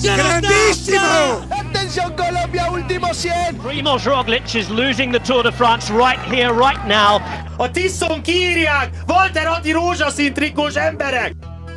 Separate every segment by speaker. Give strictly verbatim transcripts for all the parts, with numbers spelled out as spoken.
Speaker 1: Grandissimo!
Speaker 2: Attention Colombia, ultimo cien!
Speaker 3: Primoz Roglic is losing the Tour de France right here, right now.
Speaker 4: A Tiszon kiírják! Walter Atti rózsaszín trikós emberek!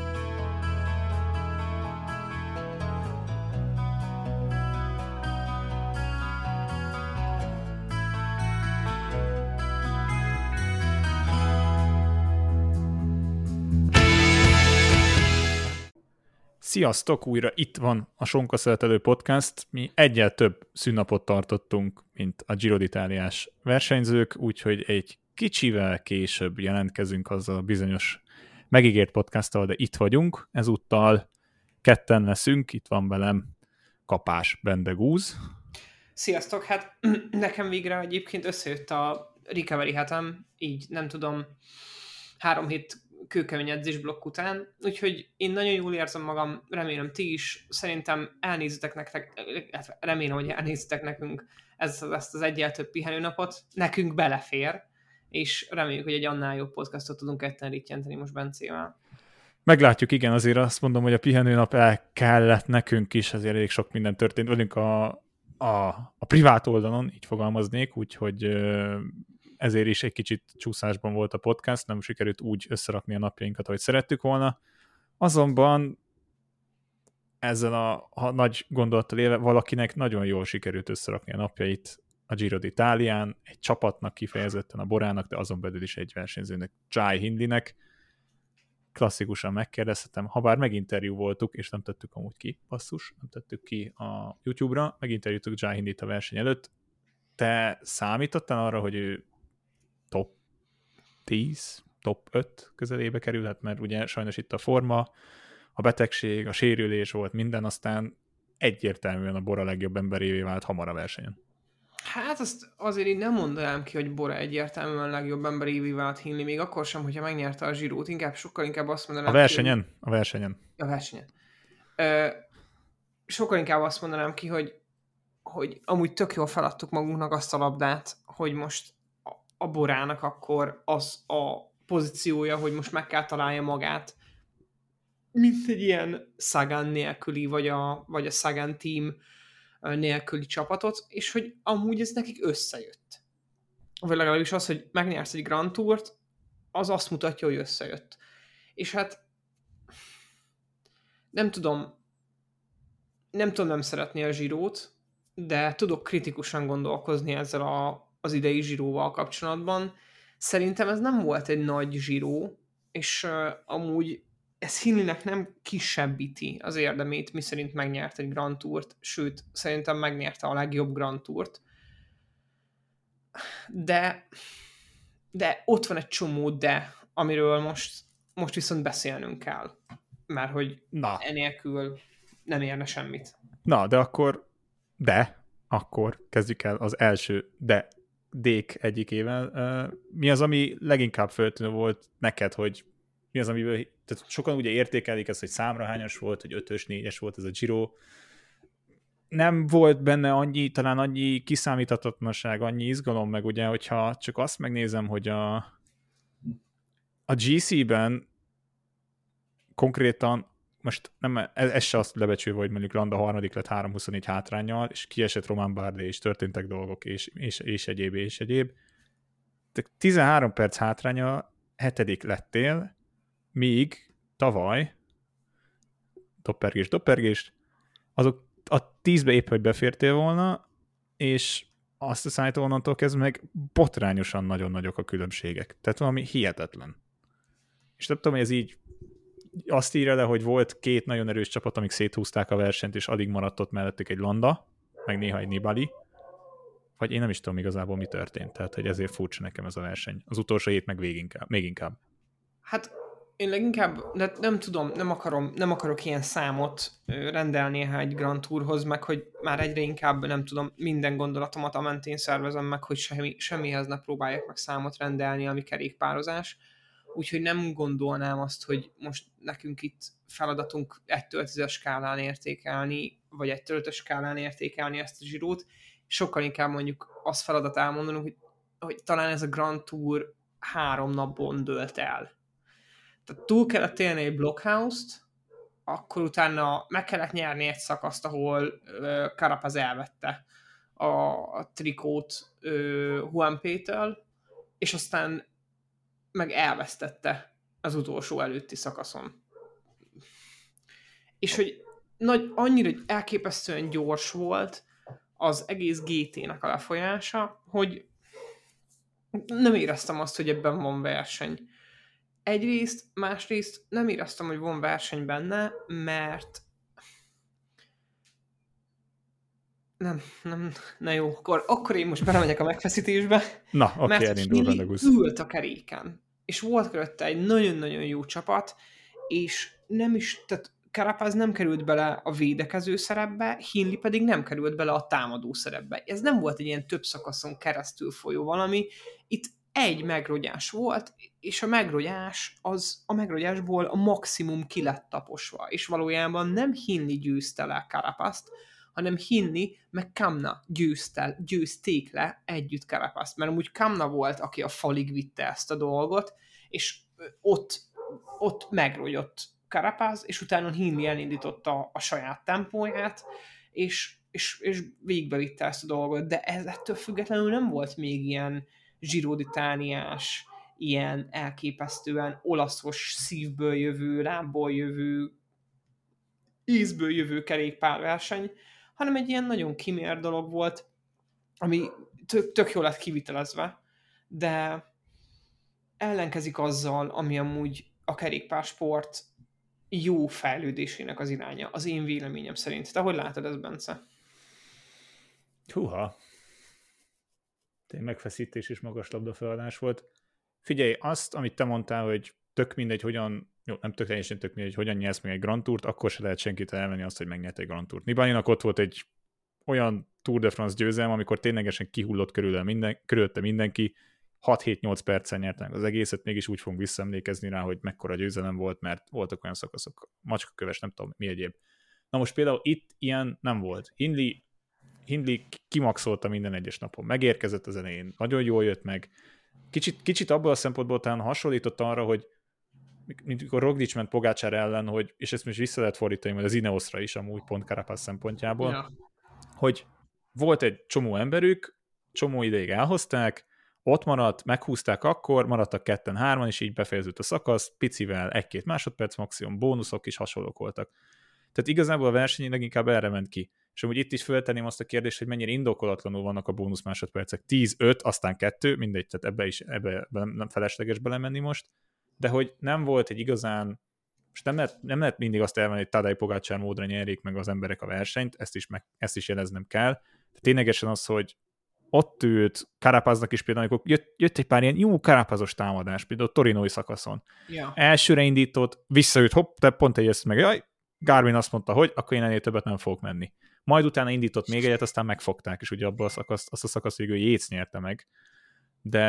Speaker 5: Sziasztok! Újra itt van a Sonka Szeretelő Podcast. Mi egyel több szünnapot tartottunk, mint a Giro d'Italiás versenyzők, úgyhogy egy kicsivel később jelentkezünk azzal a bizonyos megígért podcasttal, de itt vagyunk. Ezúttal ketten leszünk, itt van velem Kapás Bendegúz.
Speaker 6: Sziasztok! Hát nekem végre egyébként összejött a recovery hetem, így nem tudom, három hét kőkemény edzésblokk után, úgyhogy én nagyon jól érzem magam, remélem ti is, szerintem elnézitek nektek, remélem, hogy elnézitek nekünk ezt, ezt az egyel több pihenőnapot, nekünk belefér, és reméljük, hogy egy annál jobb podcastot tudunk ketten rittyenteni most Bencével.
Speaker 5: Meglátjuk, igen, azért azt mondom, hogy a pihenőnap el kellett nekünk is, azért elég sok minden történt velünk a, a, a privát oldalon, így fogalmaznék, úgyhogy ezért is egy kicsit csúszásban volt a podcast, nem sikerült úgy összerakni a napjainkat, ahogy szerettük volna. Azonban ezzel a, a nagy gondolattal élve valakinek nagyon jól sikerült összerakni a napjait a Giro d'Italián, egy csapatnak kifejezetten a Borának, de azon belül is egy versenyzőnek, Jai Hindleynek. Klasszikusan megkérdezhetem, ha bár meginterjú voltuk, és nem tettük amúgy ki, basszus, nem tettük ki a YouTube-ra, meginterjútuk Jai Hindleyt a verseny előtt. Te számítottál arra, hogy ő top tíz, top öt közelébe kerülhet, mert ugye sajnos itt a forma, a betegség, a sérülés volt minden, aztán egyértelműen a Bora legjobb emberévé vált hamar a versenyen.
Speaker 6: Hát azt azért én nem mondanám ki, hogy Bora egyértelműen legjobb emberévé vált Hindley, még akkor sem, hogyha megnyerte a Girót, inkább sokkal inkább azt mondanám
Speaker 5: A versenyen?
Speaker 6: Ki,
Speaker 5: a versenyen.
Speaker 6: A versenyen. Ö, sokkal inkább azt mondanám ki, hogy, hogy amúgy tök jól feladtuk magunknak azt a labdát, hogy most a Borának akkor az a pozíciója, hogy most meg kell találja magát, mint egy ilyen Sagan nélküli, vagy a, vagy a Sagan team nélküli csapatot, és hogy amúgy ez nekik összejött. Vagy legalábbis az, hogy megnyersz egy Grand Tourt, az azt mutatja, hogy összejött. És hát nem tudom, nem tudom nem szeretni a Girót, de tudok kritikusan gondolkozni ezzel a az idei Giróval kapcsolatban. Szerintem ez nem volt egy nagy Giró, és uh, amúgy ez Hindleynek nem kisebbíti az érdemét, miszerint megnyert egy Grand Tourt, sőt, szerintem megnyerte a legjobb Grand Tourt. De, de ott van egy csomó de, amiről most, most viszont beszélnünk kell. Mert hogy
Speaker 5: Na.
Speaker 6: enélkül nem érne semmit.
Speaker 5: Na, de akkor, de, akkor kezdjük el az első de dék egyikével. Mi az, ami leginkább feltűnő volt neked, hogy mi az, amiből, tehát sokan ugye értékelik ezt, hogy számra hányas volt, hogy ötös, négyes volt ez a Giro. Nem volt benne annyi, talán annyi kiszámíthatatlanság, annyi izgalom, meg ugye, hogyha csak azt megnézem, hogy a, a gé cé-ben konkrétan most nem, ez, ez se azt lebecsülve, hogy mondjuk Landa harmadik lett három huszonnégy hátránnyal, és kiesett Romain Bardet, és történtek dolgok, és, és, és egyéb, és egyéb. De tizenhárom perc hátrányal hetedik lettél, míg tavaly doppergés, doppergés, azok a tízbe épp, hogy befértél volna, és azt a szállító onnantól kezdve meg botrányosan nagyon nagyok a különbségek. Tehát valami hihetetlen. És nem tudom, hogy ez így azt írja le, hogy volt két nagyon erős csapat, amik széthúzták a versenyt, és alig maradt ott mellettük egy Landa, meg néha egy Nibali, vagy én nem is tudom igazából, mi történt. Tehát, hogy ezért furcsa nekem ez a verseny. Az utolsó hét meg még inkább. Még inkább.
Speaker 6: Hát én leginkább, de nem tudom, nem, akarom, nem akarok ilyen számot rendelni egy Grand Tourhoz, meg hogy már egyre inkább, nem tudom, minden gondolatomat a mentén szervezem meg, hogy semmi, semmihez ne próbáljak meg számot rendelni, ami kerékpározás. Úgyhogy nem gondolnám azt, hogy most nekünk itt feladatunk egytől tízes skálán értékelni, vagy egytől ötös skálán értékelni ezt a Girót. Sokkal inkább mondjuk azt feladat elmondanunk, hogy, hogy talán ez a Grand Tour három napon dőlt el. Tehát túl kellett élni egy Blockhouse-t, akkor utána meg kellett nyerni egy szakaszt, ahol uh, Carapaz elvette a, a trikót uh, Juan P-től, és aztán meg elvesztette az utolsó előtti szakaszon. És hogy nagy, annyira elképesztően gyors volt az egész gé té-nek a lefolyása, hogy nem éreztem azt, hogy ebben van verseny. Egyrészt, másrészt nem éreztem, hogy van verseny benne, mert nem, nem, na jó, akkor, akkor én most belemegyek a megfeszítésbe.
Speaker 5: Na, oké, okay, elindul Bendegusz.
Speaker 6: Mert ült a keréken, és volt körülötte egy nagyon-nagyon jó csapat, és nem is, tehát Carapaz nem került bele a védekező szerepbe, Hindley pedig nem került bele a támadó szerepbe. Ez nem volt egy ilyen több szakaszon keresztül folyó valami, itt egy megrogyás volt, és a megrogyás, az a megrogyásból a maximum ki lett taposva, és valójában nem Hindley győzte le Carapazt, hanem Hindley meg Kamna győzte, győzték le együtt Carapazt, mert amúgy Kamna volt, aki a falig vitte ezt a dolgot, és ott, ott megrogyott Carapaz, és utána Hindley elindította a saját tempóját, és, és, és végigbevitte ezt a dolgot, de ez ettől függetlenül nem volt még ilyen Giro d'Italiás, ilyen elképesztően olaszos szívből jövő, lábból jövő, ízből jövő kerékpárverseny, hanem egy ilyen nagyon kimér dolog volt, ami tök, tök jól lett kivitelezve, de ellenkezik azzal, ami amúgy a kerékpársport jó fejlődésének az iránya, az én véleményem szerint. Te hogy látod ezt, Bence?
Speaker 5: Húha. Tényleg megfeszítés és magas labdafeladás volt. Figyelj, azt, amit te mondtál, hogy tök mindegy, hogyan, jó, nem tök teljesen tök mindegy, hogyan nyersz meg egy Grand Tourt, akkor se lehet senkit elvenni azt, hogy megnyert egy Grand Tourt. Nibalinak ott volt egy olyan Tour de France győzelem, amikor ténylegesen kihullott körülötte, minden, körülötte mindenki, hat-hét-nyolc percen nyertek az egészet, mégis úgy fogunk visszaemlékezni rá, hogy mekkora győzelem volt, mert voltak olyan szakaszok, macskaköves, nem tudom mi egyéb. Na most például itt ilyen nem volt. Hindley, Hindley kimaxolta minden egyes napon, megérkezett az elején, nagyon jól jött meg. Kicsit, kicsit abból a szempontból talán hasonlított arra, hogy mikor Roglic ment Pogačar ellen, hogy, és ezt most vissza lehet fordítani majd az Ineosra is, amúgy pont Carapaz szempontjából, ja. Hogy volt egy csomó emberük, csomó ideig elhozták, ott maradt, meghúzták akkor, maradtak ketten-hárman, és így befejeződött a szakasz, picivel egy-két másodperc maximum, bónuszok is hasonlók voltak. Tehát igazából a verseny leginkább erre ment ki. És amúgy itt is feltenném azt a kérdést, hogy mennyire indokolatlanul vannak a bónusz másodpercek. tíz-öt, aztán kettő, mindegy, tehát ebbe is ebbe nem felesleges belemenni most, de hogy nem volt egy igazán, most nem lehet, nem lehet mindig azt elvenni, hogy Tadej Pogačar módra nyerik meg az emberek a versenyt, ezt is, meg, ezt is jeleznem kell. De ténylegesen az, hogy ott ült Carapaznak is például, amikor jött, jött egy pár ilyen jó Carapazos támadás, például a torinói szakaszon. Yeah. Elsőre indított, visszaült, hopp, te pont egy ezt meg, jaj, Garmin azt mondta, hogy akkor én ennél többet nem fogok menni. Majd utána indított még egyet, aztán megfogták, és ugye abban a szakaszt, azt a szakaszt végül Yates nyerte meg. De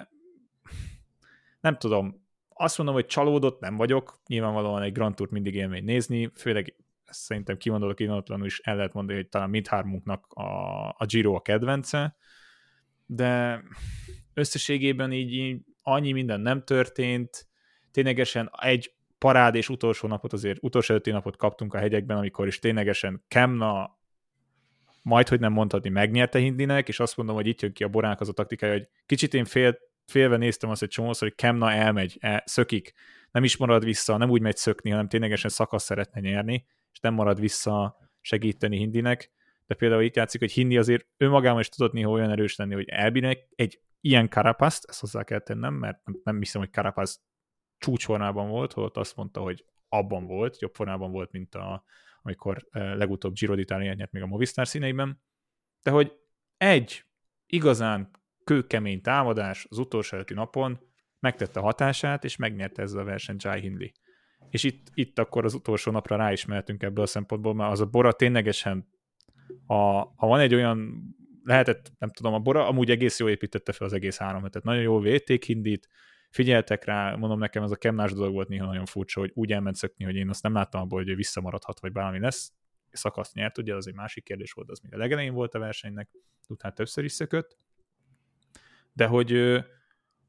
Speaker 5: nem tudom, azt mondom, hogy csalódott nem vagyok, nyilvánvalóan egy Grand Tourt mindig élmény nézni, főleg ezt szerintem kimondolok inatlanul is el lehet mondani, hogy talán mindhármunknak a, a Giro a kedvence, de összességében így, így annyi minden nem történt, ténylegesen egy parád és utolsó napot azért, utolsó előtti napot kaptunk a hegyekben, amikor is ténylegesen Kemna majdhogy nem mondhatni megnyerte Hindleynek, és azt mondom, hogy itt jön ki a Borának az a taktikája, hogy kicsit én fél, félve néztem azt egy csomószor, hogy Kemna elmegy, el, szökik, nem is marad vissza, nem úgy megy szökni, hanem ténylegesen szakasz szeretne nyerni, és nem marad vissza segíteni Hindleynek, de például itt játszik, hogy Hindley azért önmagában is tudott néha olyan erős lenni, hogy elbírnek egy ilyen Carapazt, ezt hozzá kell tennem, mert nem, nem hiszem, hogy Carapaz csúcsformában volt, holott azt mondta, hogy abban volt, jobb formában volt, mint a, amikor legutóbb Giro d'Italiát nyert még a Movistar színeiben, de hogy egy igazán kőkemény támadás az utolsó előtti napon megtette a hatását, és megnyerte ezzel a versenyt Jai Hindley. És itt, itt akkor az utolsó napra rá is mehetünk ebből a szempontból, mert az a Bora ténylegesen, a, ha van egy olyan, lehetett, nem tudom, a Bora amúgy egész jól építette fel az egész három hetet. Nagyon jól védték Hindleyt, figyeltek rá, mondom nekem, ez a Kemnás dolog volt néha nagyon furcsa, hogy úgy elment szökni, hogy én azt nem láttam abból, hogy ő visszamaradhat, vagy bármi lesz. Szakaszt nyert, ugye, az egy másik kérdés volt, az még a legelején volt a versenynek, utána többször is szökött. De hogy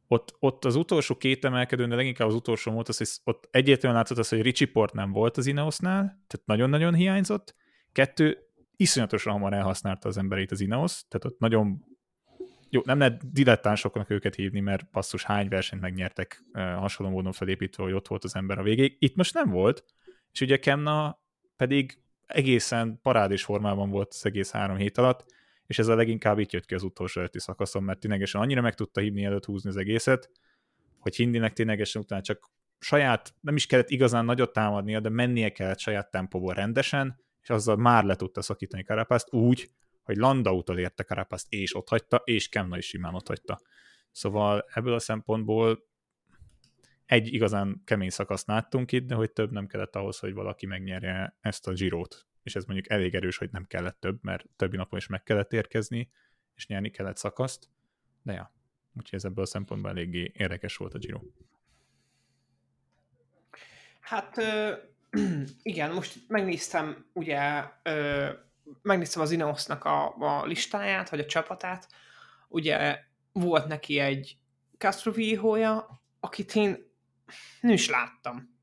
Speaker 5: ott, ott az utolsó két emelkedőn, de leginkább az utolsó volt az, hogy ott egyértelműen látszott az, hogy Richie Port nem volt az Ineosnál, tehát nagyon-nagyon hiányzott. Kettő, iszonyatosan hamar elhasználta az embereit az Ineos, tehát ott nagyon jó, nem lehet dilettánsoknak őket hívni, mert basszus hány versenyt megnyertek uh, hasonló módon felépítve, hogy ott volt az ember a végéig. Itt most nem volt, és ugye Kemna pedig egészen parádés formában volt az egész három hét alatt, és ez a leginkább itt jött ki az utolsó előtti szakaszon, mert ténylegesen annyira meg tudta hívni előtt húzni az egészet, hogy Hindinek ténylegesen utána csak saját, nem is kellett igazán nagyot támadnia, de mennie kellett saját tempóból rendesen, és azzal már le tudta szakítani Carapast úgy, hogy Landautól érte Carapast, és ott hagyta, és Kemna is simán ott hagyta. Szóval ebből a szempontból egy igazán kemény szakaszt láttunk itt, de hogy több nem kellett ahhoz, hogy valaki megnyerje ezt a Girót. És ez mondjuk elég erős, hogy nem kellett több, mert többi napon is meg kellett érkezni, és nyerni kellett szakaszt. De ja, úgyhogy ez ebből a szempontból eléggé érdekes volt a Giro.
Speaker 6: Hát ö, igen, most megnéztem ugye ö, megnéztem az Ineosnak a, a listáját, vagy a csapatát. Ugye volt neki egy Castroviejoja, akit én nem is láttam.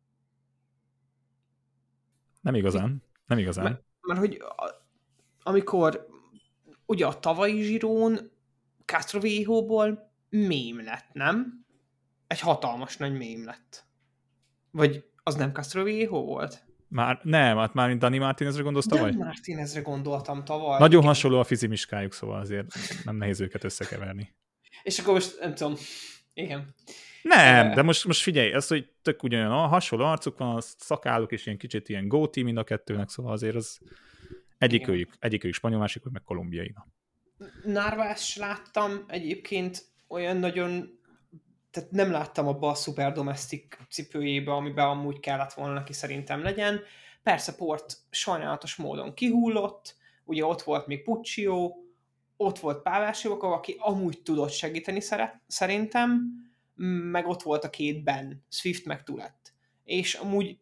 Speaker 5: Nem igazán. Nem igazán.
Speaker 6: Mert, mert hogy a, amikor ugye a tavalyi Girón Castroviejoból mém lett, nem? Egy hatalmas nagy mém lett. Vagy az nem Castroviejo volt?
Speaker 5: Már nem, hát már mint Dani Martinezre gondolsz tavaly?
Speaker 6: Dani Martinezre gondoltam tavaly.
Speaker 5: Nagyon igen. Hasonló a fizimiskájuk, szóval azért nem nehéz őket összekeverni.
Speaker 6: És akkor most nem tudom, igen.
Speaker 5: Nem, de most, most figyelj, ez, hogy tök ugyanolyan a hasonló arcuk van, a szakáluk is ilyen kicsit ilyen góti mind a kettőnek, szóval azért az egyikőjük, egyikőjük spanyol, másikük meg kolumbiai.
Speaker 6: Narvást láttam egyébként olyan nagyon, tehát nem láttam abba a szuper domestic cipőjébe, amiben amúgy kellett volna neki szerintem legyen. Persze Port sajnálatos módon kihullott, ugye ott volt még Puccio, ott volt Pavel Sivakov, aki amúgy tudott segíteni szeret, szerintem, meg ott volt a két Ben, Swift meg Toulett. És amúgy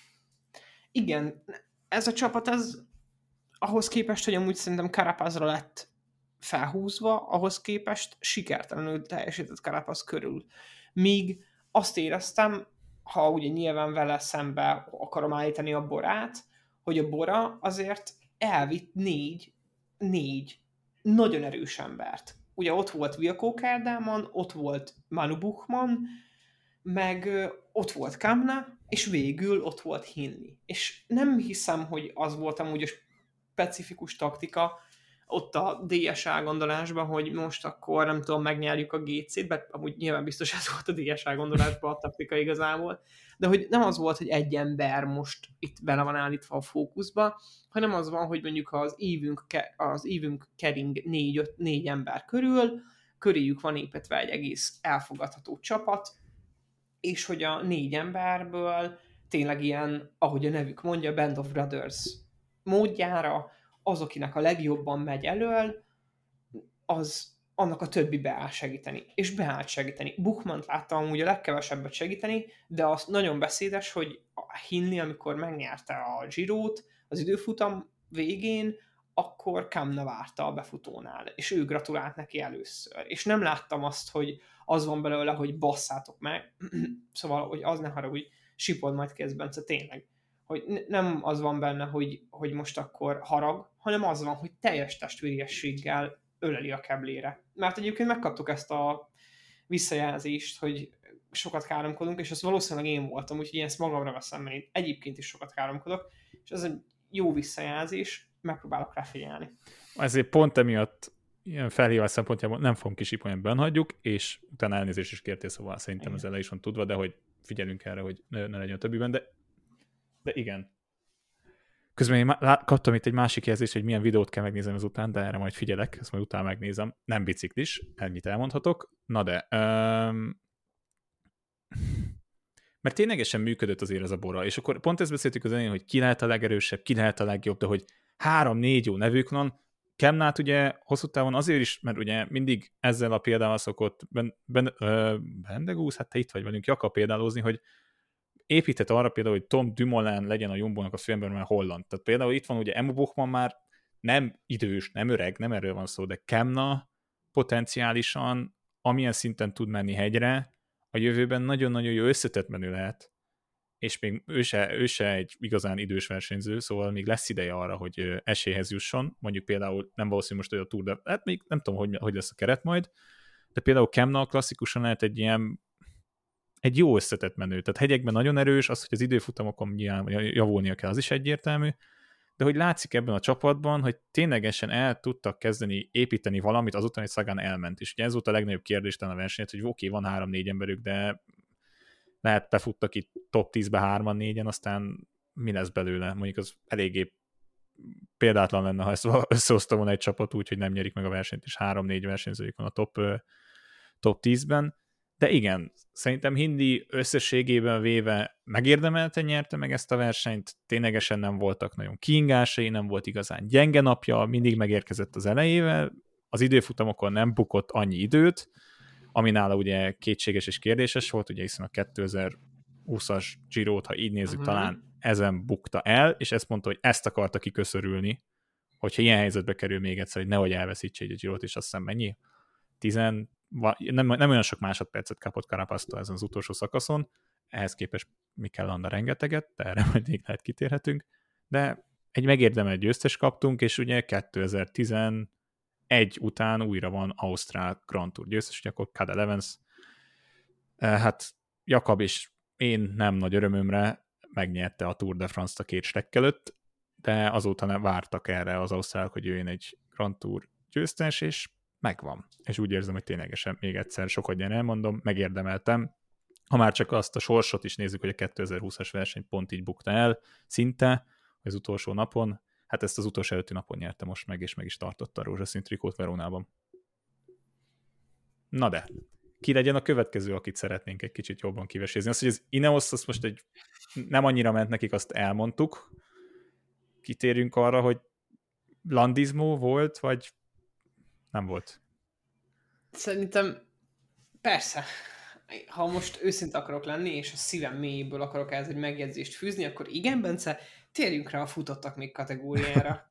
Speaker 6: igen, ez a csapat, ez ahhoz képest, hogy amúgy szerintem Carapazra lett felhúzva, ahhoz képest sikertelenül teljesített Carapaz körül. Míg azt éreztem, ha ugye nyilván vele szembe akarom állítani a Borát, hogy a Bora azért elvitt négy, négy nagyon erős embert. Ugye ott volt Wilco Kelderman, ott volt Manu Buchmann, meg ott volt Kemna, és végül ott volt Hindley. És nem hiszem, hogy az volt amúgy a specifikus taktika ott a dé es elgondolásban, hogy most akkor nem tudom, megnyerjük a gé cét, de amúgy nyilván biztos ez volt a dé es elgondolásban a taktika igazából, de hogy nem az volt, hogy egy ember most itt bele van állítva a fókuszba, hanem az van, hogy mondjuk az évünk, az évünk kering négy, öt, négy ember körül, köréjük van építve egy egész elfogadható csapat, és hogy a négy emberből tényleg ilyen, ahogy a nevük mondja, Band of Brothers módjára, az, akinek a legjobban megy elől, az annak a többi beáll segíteni. És beállt segíteni. Buchmann-t láttam amúgy a legkevesebbet segíteni, de az nagyon beszédes, hogy a Hindley, amikor megnyerte a Girót az időfutam végén, akkor Kemna várta a befutónál, és ő gratulált neki először. És nem láttam azt, hogy az van belőle, hogy basszátok meg, szóval, hogy az ne haragudj, sipold majd kész, Bence, tényleg. Hogy nem az van benne, hogy, hogy most akkor harag, hanem az van, hogy teljes testvériességgel öleli a keblére. Mert egyébként megkaptuk ezt a visszajelzést, hogy sokat káromkodunk, és az valószínűleg én voltam, úgyhogy én ezt magamra veszem, mert én egyébként is sokat káromkodok, és ez egy jó visszajelzés, megpróbálok rá figyelni.
Speaker 5: Ezért pont emiatt ilyen felhívás szempontjából nem fogunk kisipolni, bennhagyjuk, és utána elnézést is kértél, szóval szerintem igen. Ez le is van tudva, de hogy figyelünk erre, hogy ne, ne legyen a többiben, de, de igen. Közben én kaptam itt egy másik jelzést, hogy milyen videót kell megnézem ezután, de erre majd figyelek, ezt majd utána megnézem. Nem biciklis, ennyit elmondhatok. Na de... Um... Mert ténylegesen működött azért ez a Bora, és akkor pont ezt beszéltük az elején, hogy ki lehet a legerősebb, ki lehet a legjobb, de hogy három-négy jó nevük van. Kemnát ugye hosszú távon azért is, mert ugye mindig ezzel a példával szokott ben, ben, ö, Bendegúz, hát te itt vagy velünk, Jaka példálózni, hogy épített arra például, hogy Tom Dumoulin legyen a Jumbo-nak a főember, mert holland. Tehát például itt van ugye Emo Buchmann már nem idős, nem öreg, nem erről van szó, de Kemna potenciálisan amilyen szinten tud menni hegyre, a jövőben nagyon-nagyon jó összetett menő lehet, és még ő se, ő se egy igazán idős versenyző, szóval még lesz ideje arra, hogy esélyhez jusson, mondjuk például nem valószínű most, hogy a Tour de... Hát még nem tudom, hogy, hogy lesz a keret majd, de például Kemna klasszikusan lehet egy ilyen egy jó összetett menő. Tehát hegyekben nagyon erős, az, hogy az időfutamokon nyilván javulnia kell, az is egyértelmű, de hogy látszik ebben a csapatban, hogy ténylegesen el tudtak kezdeni építeni valamit azután, hogy Sagan elment. És ugye ez volt a legnagyobb kérdés a versenyt, hogy oké, okay, van három-négy emberük, de lehet befuttak itt top tízbe hárman, négyen, aztán mi lesz belőle? Mondjuk az eléggé példátlan lenne, ha ezt összehozta volna egy csapat úgy, hogy nem nyerik meg a versenyt, és három-négy versenyzőjük van a top, top tízben. De igen, szerintem Hindi összességében véve megérdemelten nyerte meg ezt a versenyt, ténylegesen nem voltak nagyon kiingásai, nem volt igazán gyenge napja, mindig megérkezett az elejével, az időfutamokon nem bukott annyi időt, ami nála ugye kétséges és kérdéses volt, ugye hiszen a kétezer-húszas Girót, ha így nézzük, uh-huh. talán ezen bukta el, és ezt mondta, hogy ezt akarta kiköszörülni, hogyha ilyen helyzetbe kerül még egyszer, hogy nehogy elveszítse egy a Girót, és azt hiszem mennyi? Tizen Nem, nem olyan sok másodpercet kapott Carapaztól ezen az utolsó szakaszon, ehhez képest Mikel Landa rengeteget, de erre majd még lehet kitérhetünk, de egy megérdemelt győztes kaptunk, és ugye kétezer-tizenegy után újra van Ausztrál Grand Tour győztes, ugye akkor Cadel Evans, hát Jakab és én nem nagy örömömre megnyerte a Tour de France-t a két stekk előtt, de azóta nem vártak erre az ausztrálok, hogy jöjjön egy Grand Tour győztes, és megvan. És úgy érzem, hogy ténylegesen még egyszer sokat gyen elmondom, megérdemeltem. Ha már csak azt a sorsot is nézzük, hogy a kétezer-húszas verseny pont így bukta el, szinte, az utolsó napon, hát ezt az utolsó előtti napon nyerte most meg, és meg is tartotta a rózsaszín trikót Verónában. Na de, ki legyen a következő, akit szeretnénk egy kicsit jobban kivesézni. Az, hogy az Ineos, azt most egy nem annyira ment nekik, azt elmondtuk. Kitérjünk arra, hogy Landizmo volt, vagy nem volt?
Speaker 6: Szerintem persze. Ha most őszinte akarok lenni, és a szívem mélyéből akarok ehhez egy megjegyzést fűzni, akkor igen, Bence, térjünk rá a futottak még kategóriára.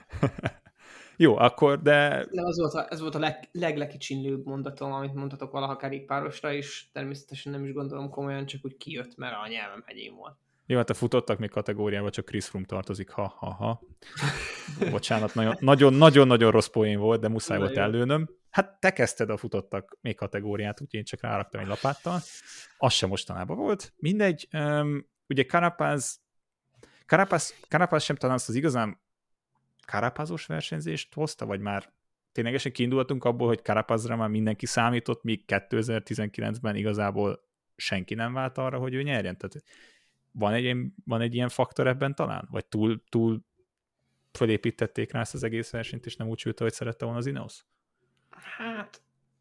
Speaker 5: Jó, akkor, de...
Speaker 6: Nem, az volt a, ez volt a leg, leglekicsinlőbb mondatom, amit mondhatok valaha kerékpárosra, és természetesen nem is gondolom komolyan, csak úgy kijött, mert a nyelvem hegyén volt.
Speaker 5: Jó, hát a futottak még kategóriába, csak Chris Froome tartozik, ha-ha-ha. Bocsánat, nagyon-nagyon rossz poén volt, de muszáj volt előnöm. Hát te kezdted a futottak még kategóriát, úgyhogy én csak ráraktam egy lapáttal. Az sem mostanában volt. Mindegy, um, ugye Carapaz, Carapaz, Carapaz sem talán azt az igazán Carapazos versenyzést hozta, vagy már ténylegesen kiindultunk abból, hogy Carapazra már mindenki számított, míg kétezer-tizenkilencben igazából senki nem vált arra, hogy ő nyerjen. Tehát van egy, van egy ilyen faktor ebben talán? Vagy túl, túl fölépítették rá ezt az egész versenyt, és nem úgy sült, hogy szerette volna az Ineos?
Speaker 6: Hát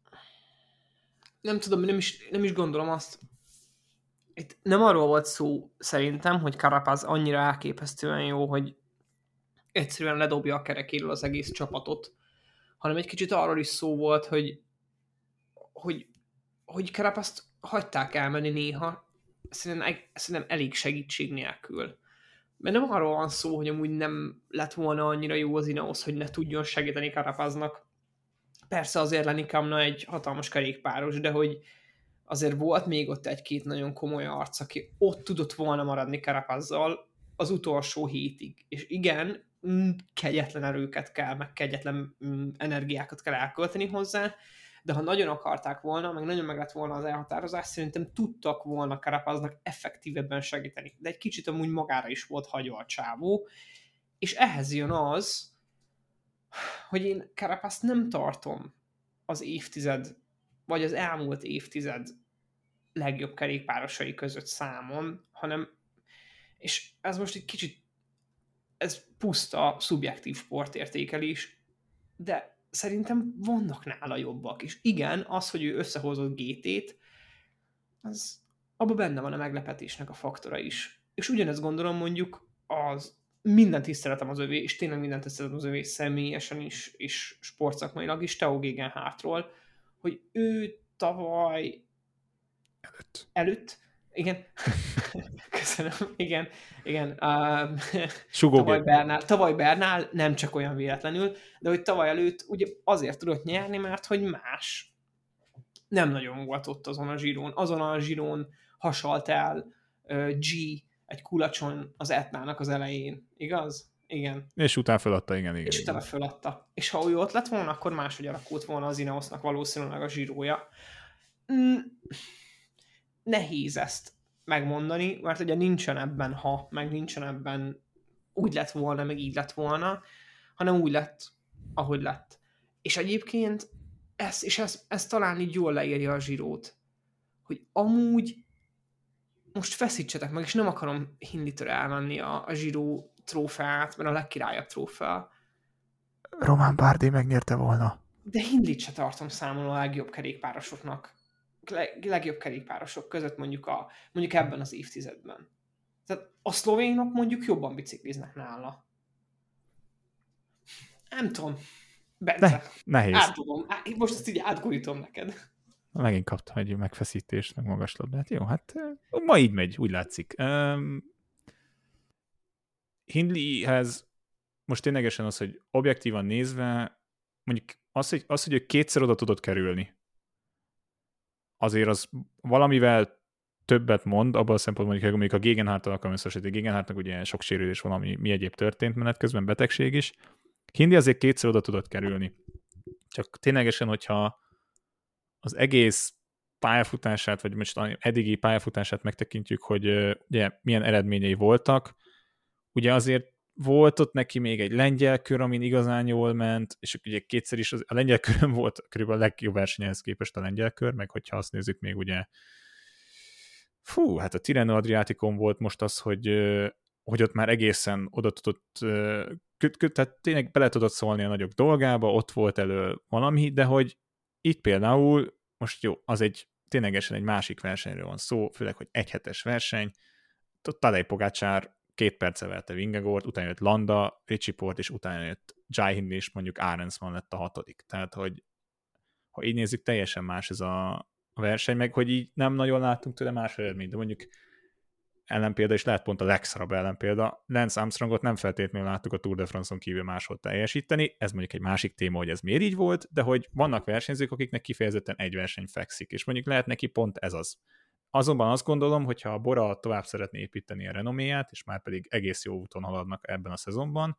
Speaker 6: nem tudom, nem is, nem is gondolom azt. Itt nem arról volt szó szerintem, hogy Carapaz annyira elképesztően jó, hogy egyszerűen ledobja a kerekéről az egész csapatot, hanem egy kicsit arról is szó volt, hogy hogy, hogy Carapazt hagyták elmenni néha, szerintem, szerintem elég segítség nélkül. Mert nem arról van szó, hogy amúgy nem lett volna annyira jó az Ineos, hogy ne tudjon segíteni Carapaznak. Persze azért Lenny Kamna egy hatalmas kerékpáros, de hogy azért volt még ott egy-két nagyon komoly arc, aki ott tudott volna maradni Carapazzal az utolsó hétig. És igen, kegyetlen erőket kell, meg kegyetlen energiákat kell elkölteni hozzá, de ha nagyon akarták volna, meg nagyon meg lett volna az elhatározás, szerintem tudtak volna Carapaznak effektívebben segíteni. De egy kicsit amúgy magára is volt hagyva a csávó, és ehhez jön az, hogy én Carapazt nem tartom az évtized, vagy az elmúlt évtized legjobb kerékpárosai között számon, hanem, és ez most egy kicsit, ez puszta szubjektív sportértékelés, de szerintem vannak nála jobbak, és igen, az, hogy ő összehozott gé té-t, az abban benne van a meglepetésnek a faktora is. És ugyanezt gondolom mondjuk az minden tiszteletem az övé, és tényleg minden tiszteletem az övé személyesen is, és sportszakmailag is, Tao Gegenhardtról, hogy ő tavaly
Speaker 5: előtt,
Speaker 6: előtt igen, köszönöm, igen, igen, uh, tavaly, Bernál, tavaly Bernál nem csak olyan véletlenül, de hogy tavaly előtt ugye azért tudott nyerni, mert hogy más nem nagyon volt ott azon a zsírón. Azon a zsírón hasalt el uh, G egy kulacson az Etnának az elején, igaz? Igen.
Speaker 5: És utána föladta, igen, igen.
Speaker 6: És utána föladta. És ha ő ott lett volna, akkor máshogy alakult volna az Ineosnak valószínűleg a zsírója. Mm, nehéz ezt megmondani, mert ugye nincsen ebben ha, meg nincsen ebben úgy lett volna, meg így lett volna, hanem úgy lett, ahogy lett. És egyébként ez, és ez, ez talán így jól leírja a zsírót, hogy amúgy most feszítsetek meg, és nem akarom Hinditől elvenni a, a zsíró trófeát, mert a legkirályabb trófea.
Speaker 5: Romain Bardet megnyerte volna.
Speaker 6: De Hindlit se tartom számon a legjobb kerékpárosoknak. Leg, legjobb kerékpárosok között mondjuk, a, mondjuk ebben az évtizedben. Tehát a szlovénok mondjuk jobban bicikliznek nála. Nem tudom. Bence.
Speaker 5: Ne, nehéz.
Speaker 6: Átdobom. Most ezt így átgújtom neked.
Speaker 5: Megint kaptam egy megfeszítést, meg magas labdát. Jó, hát ma így megy, úgy látszik. Um, Hindleyhez most ténylegesen az, hogy objektívan nézve, mondjuk az, hogy, az, hogy ő kétszer oda tudott kerülni, azért az valamivel többet mond, abban a szempontból, hogy mondjuk a Gegenhardt-tal akarom összehasonlítani. Gegenhardtnak ugye sok sérülés van, ami mi egyéb történt menet közben, betegség is. Hindley azért kétszer oda tudott kerülni. Csak ténylegesen, hogyha az egész pályafutását, vagy most eddigi pályafutását megtekintjük, hogy ugye milyen eredményei voltak, ugye azért volt ott neki még egy lengyel kör, amin igazán jól ment, és ugye kétszer is az, a lengyel körön volt körülbelül a legjobb versenyhez képest a lengyel kör, meg hogyha azt nézzük még ugye fú, hát a Tirreno Adriaticon volt most az, hogy, hogy ott már egészen oda tudott, tehát tényleg bele tudott szólni a nagyok dolgába, ott volt elő valami, de hogy itt például, most jó, az egy ténylegesen egy másik versenyről van szó, főleg, hogy egyhetes verseny, Tadej Pogačar két perce verte Vingegaard, utána jött Landa, Richie Porte, és utána jött Jai Hindley, és mondjuk Arensman lett a hatodik. Tehát, hogy ha így nézzük, teljesen más ez a verseny, meg hogy így nem nagyon láttunk tőle más eredményt, de mondjuk ellenpélda, és lehet pont a legszarabb ellenpélda, Lance Armstrongot nem feltétlenül láttuk a Tour de France-on kívül máshol teljesíteni, ez mondjuk egy másik téma, hogy ez miért így volt, de hogy vannak versenyzők, akiknek kifejezetten egy verseny fekszik, és mondjuk lehet neki pont ez az. Azonban azt gondolom, hogyha a Bora tovább szeretné építeni a renoméját, és már pedig egész jó úton haladnak ebben a szezonban,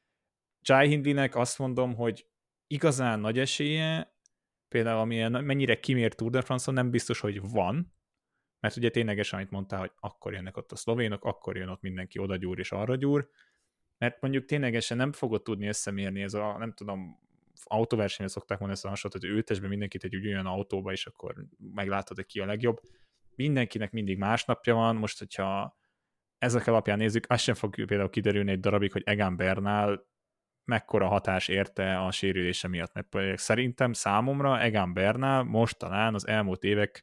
Speaker 5: Jai Hindleynek azt mondom, hogy igazán nagy esélye, például amilyen mennyire kimért Tour de France-on, nem biztos, hogy van, mert ugye ténylegesen, amit mondtál, hogy akkor jönnek ott a szlovénok, akkor jön ott mindenki oda gyúr és arra gyúr, mert mondjuk ténylegesen nem fogod tudni összemérni, ez a, nem tudom, autóversenyre szokták mondani ezt a hasonlót, hogy ültesbe mindenkit egy ugyanolyan autóba, és akkor meglátod, hogy ki a legjobb. Mindenkinek mindig másnapja van, most, hogyha ezek alapján nézzük, az sem fog például kiderülni egy darabig, hogy Egan Bernal mekkora hatás érte a sérülése miatt, mert szerintem számomra Egan Bernal most talán az elmúlt évek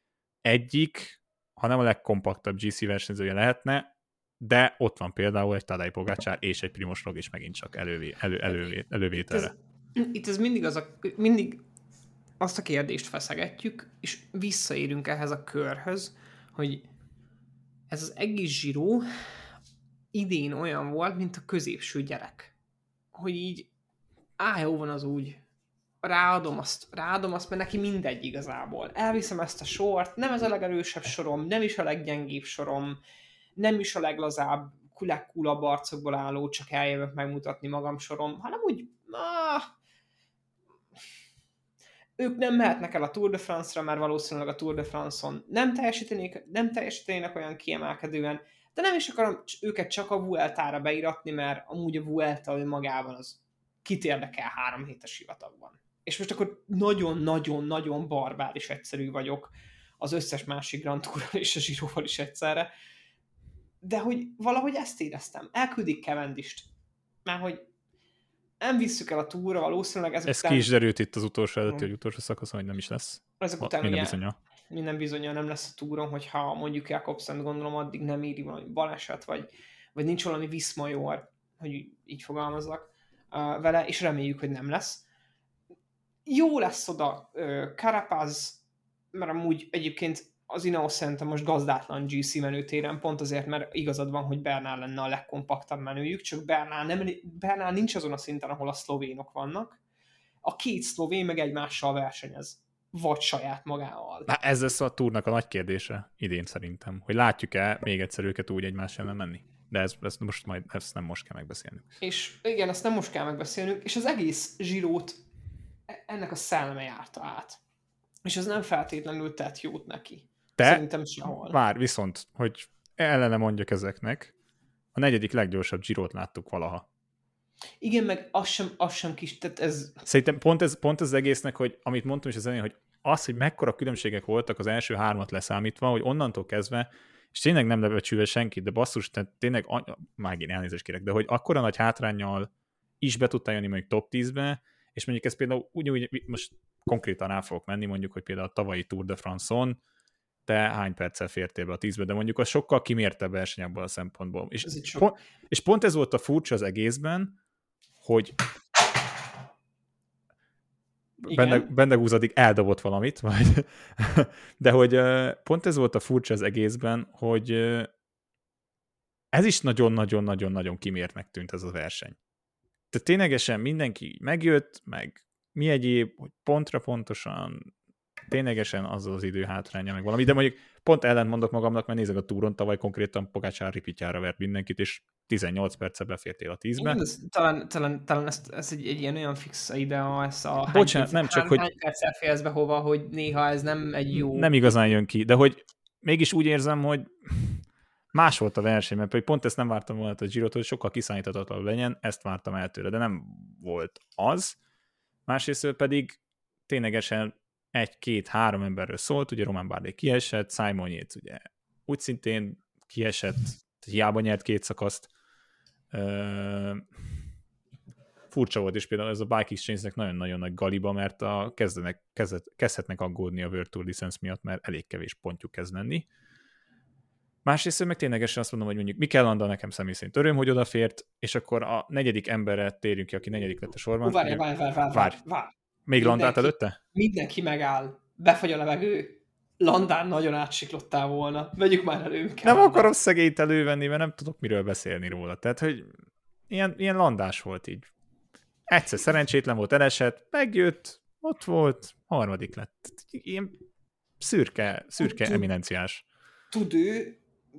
Speaker 5: egyik, ha nem a legkompaktabb gé cé versenyzője lehetne, de ott van például egy Tadej Pogačar és egy Primož Roglič megint csak elővé, elő, elővé, elővételre.
Speaker 6: Itt ez, itt ez mindig, az a, mindig azt a kérdést feszegetjük, és visszaérünk ehhez a körhöz, hogy ez az egész Giro idén olyan volt, mint a középső gyerek. Hogy így, á, jó van az úgy, ráadom azt, ráadom azt, mert neki mindegy igazából. Elviszem ezt a sort, nem ez a legerősebb sorom, nem is a leggyengébb sorom, nem is a leglazább, legkúlabb arcokból álló, csak eljövök megmutatni magam sorom, hanem úgy, ah, ők nem mehetnek el a Tour de France-ra, mert valószínűleg a Tour de France-on nem teljesítenék, nem teljesítenének olyan kiemelkedően, de nem is akarom őket csak a Vueltára beiratni, mert amúgy a Vuelta önmagában az kit érdekel három hétes sivatagban. És most akkor nagyon-nagyon-nagyon barbáris egyszerű vagyok az összes másik Grand Tourral és a Giroval is egyszerre. De hogy valahogy ezt éreztem. Elküldik Cavendist. Mert hogy nem visszük el a Tourra, valószínűleg ezek
Speaker 5: Ez
Speaker 6: után...
Speaker 5: ki is derült itt az utolsó előtti, hogy utolsó szakaszon, hogy nem is lesz.
Speaker 6: Ezek után
Speaker 5: minden
Speaker 6: ugye
Speaker 5: bizonyal.
Speaker 6: minden bizonyal nem lesz a Touron, hogyha mondjuk Jakobsen, gondolom addig nem éri valami baleset, vagy, vagy nincs valami viszmajor, hogy így fogalmazzak uh, vele, és reméljük, hogy nem lesz. Jó lesz oda uh, Carapaz, mert amúgy egyébként az Ineos szerintem most gazdátlan gé cé menőtéren, pont azért, mert igazad van, hogy Bernal lenne a legkompaktabb menőjük, csak Bernal, nem, Bernal nincs azon a szinten, ahol a szlovénok vannak. A két szlovén meg egymással versenyez. vagy saját magával.
Speaker 5: Na, ez lesz a túrnak a nagy kérdése idén szerintem, hogy látjuk-e még egyszer őket úgy egymás ellen menni. De ez, ez most majd, ezt nem most kell megbeszélnünk.
Speaker 6: És igen, ezt nem most kell megbeszélnünk, és az egész Girót ennek a szelleme járta át. És ez nem feltétlenül tett jót neki.
Speaker 5: Te,
Speaker 6: szerintem sehol.
Speaker 5: Vár, viszont, hogy ellene mondjak ezeknek, a negyedik leggyorsabb Girót láttuk valaha.
Speaker 6: Igen, meg az sem, az sem kis, tehát ez...
Speaker 5: Szerintem pont ez, pont az egésznek, hogy amit mondtam is az elején, hogy az, hogy mekkora különbségek voltak az első hármat leszámítva, hogy onnantól kezdve, és tényleg nem lebecsülve senkit, de basszus, tehát tényleg, már én elnézést kérek, de hogy akkora nagy hátránnyal is be tudtál jönni mondjuk top tízbe, és mondjuk ez például úgy, úgy most konkrétan rá fogok menni, mondjuk, hogy például a tavalyi Tour de France-on te hány perccel fértél be a tízbe, de mondjuk az sokkal kimértebb verseny abban a szempontból. És pont, és pont ez volt a furcsa az egészben, hogy benne, benne húzadik, eldobott valamit, vagy de hogy pont ez volt a furcsa az egészben, hogy ez is nagyon-nagyon-nagyon-nagyon kimértnek tűnt ez a verseny. Tehát ténylegesen mindenki megjött, meg mi egyéb, hogy pontra pontosan, ténylegesen az az idő hátránya, meg valami, de mondjuk pont ellent mondok magamnak, mert nézek a túron, tavaly konkrétan Pogačar ripityára vert mindenkit, és tizennyolc perccel befértél a tízbe.
Speaker 6: Igen, ez, talán, talán, talán ez, ez egy, egy ilyen olyan fix idea, ez a
Speaker 5: Bocsánat, nem csak, hogy
Speaker 6: hány perccel félsz be hova, hogy néha ez nem egy jó...
Speaker 5: Nem igazán jön ki, de hogy mégis úgy érzem, hogy más volt a verseny, mert pont ezt nem vártam volna a Girot, hogy sokkal kiszámíthatatlanabb legyen, ezt vártam el tőle, de nem volt az. Másrészt pedig ténylegesen egy-két-három emberről szólt, ugye Romain Bardet kiesett, Simon Yates ugye úgy szintén kiesett, hiába nyert két szakaszt. Uh, furcsa volt, és például ez a Bike Exchange-nek nagyon-nagyon nagy galiba, mert a kezdenek, kezdet, kezdhetnek aggódni a World Tour License miatt, mert elég kevés pontjuk kezd lenni. Másrészt meg ténylegesen azt mondom, hogy mondjuk Mikel Landa nekem személy szerint öröm, hogy odafért, és akkor a negyedik emberre térjünk ki, aki negyedik lett a sorban.
Speaker 6: Várj, várj, várj, várj, várj, várj.
Speaker 5: Még Landát előtte?
Speaker 6: Mindenki megáll, befagy a levegő, Landán nagyon átsiklottál volna. Vegyük már elő.
Speaker 5: Nem Landát. Akarom szegélyt elővenni, mert nem tudok miről beszélni róla. Tehát, hogy ilyen, ilyen landás volt így. Egyszer szerencsétlen volt, elesett, megjött, ott volt, harmadik lett. Ilyen szürke, szürke tud, eminenciás.
Speaker 6: Tud ő...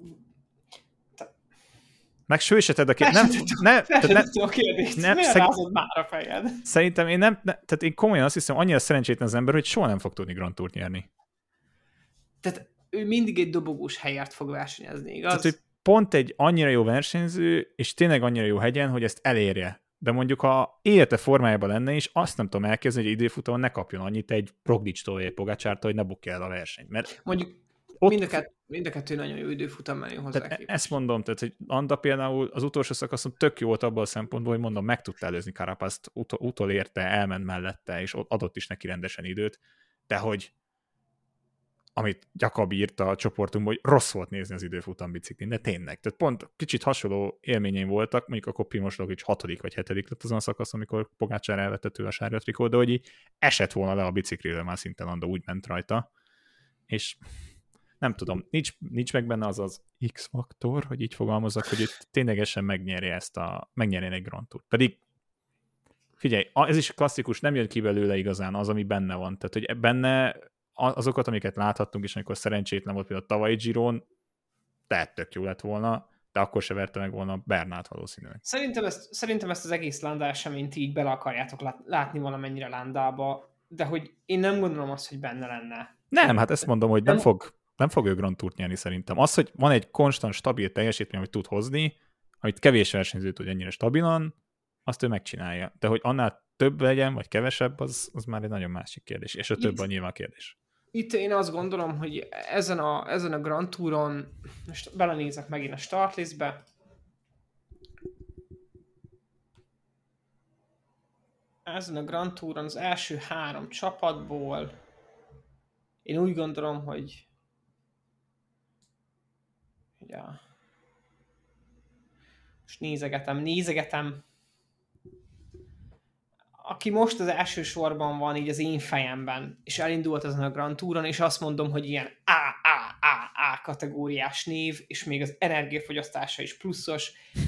Speaker 5: Meg sőseted a kérdést. Nem, nem,
Speaker 6: nem, nem, a kérdést. Nem, miért
Speaker 5: szeg...
Speaker 6: rázod már a fejed?
Speaker 5: Szerintem én nem, ne, tehát én komolyan azt hiszem, annyira szerencsétlen az ember, hogy soha nem fog tudni Grand Tourt nyerni.
Speaker 6: Tehát ő mindig egy dobogós helyért fog versenyezni, igaz?
Speaker 5: Tehát, hogy pont egy annyira jó versenyző, és tényleg annyira jó hegyen, hogy ezt elérje. De mondjuk, ha élete formájában lenne, és azt nem tudom elképzelni, hogy időfutamon ne kapjon annyit egy Proglicstól, vagy egy Pogačartól, hogy ne bukja el a versenyt. Mert
Speaker 6: mondjuk ott... mind, a kett, mind a kettő nagyon jó időfutam menő hozzá.
Speaker 5: Tehát ezt mondom, tehát, hogy Landa például az utolsó szakaszon tök jó volt abban a szempontból, hogy mondom, meg tudta előzni Carapaz-t, ut- utolérte, elment mellette, és adott is neki rendesen időt, de hogy amit Jakab írta a csoportunkban, hogy rossz volt nézni az időfutam biciklin, de tényleg. Tehát pont kicsit hasonló élményeim voltak, mondjuk akkor Primož Roglič hatodik vagy hetedik lett azon a szakasz, amikor Pogačar elvette tőle a sárga trikót, de hogy így esett volna le a bicikliről, már szinte Landa úgy ment rajta, és nem tudom, nincs, nincs meg benne az az X-faktor, hogy így fogalmazok, hogy itt ténylegesen megnyerje ezt a, megnyerjen egy Grand Tour. Pedig figyelj, ez is klasszikus, nem jön ki belőle igazán az, ami benne van. Tehát, hogy benne azokat, amiket láthattunk, és amikor szerencsétlen volt például a tavalyi Giron, tehát tök jó lett volna, de akkor se verte meg volna Bernát valószínűleg.
Speaker 6: Szerintem ezt, szerintem ezt az egész Landa eseményt így bele akarjátok látni valamennyire Landába, de hogy én nem gondolom azt, hogy benne lenne.
Speaker 5: Nem, hát ezt mondom, hogy nem, nem fog, nem fog ő Grand Tourt nyerni szerintem. Az, hogy van egy konstant, stabil teljesítmény, amit tud hozni, amit kevés versenyző tud ennyire stabilan, azt ő megcsinálja. De hogy annál több legyen, vagy kevesebb, az, az már egy nagyon másik kérdés. És a több a nyilván kérdés.
Speaker 6: Itt én azt gondolom, hogy ezen a, ezen a Grand Touron, most belenézek megint a startlistbe, ezen a Grand Touron az első három csapatból én úgy gondolom, hogy ugye, most nézegetem, nézegetem, aki most az első sorban van így az én fejemben, és elindult ezen a Grand Touron, és azt mondom, hogy ilyen A, A, A, A kategóriás név, és még az energiafogyasztása is pluszos.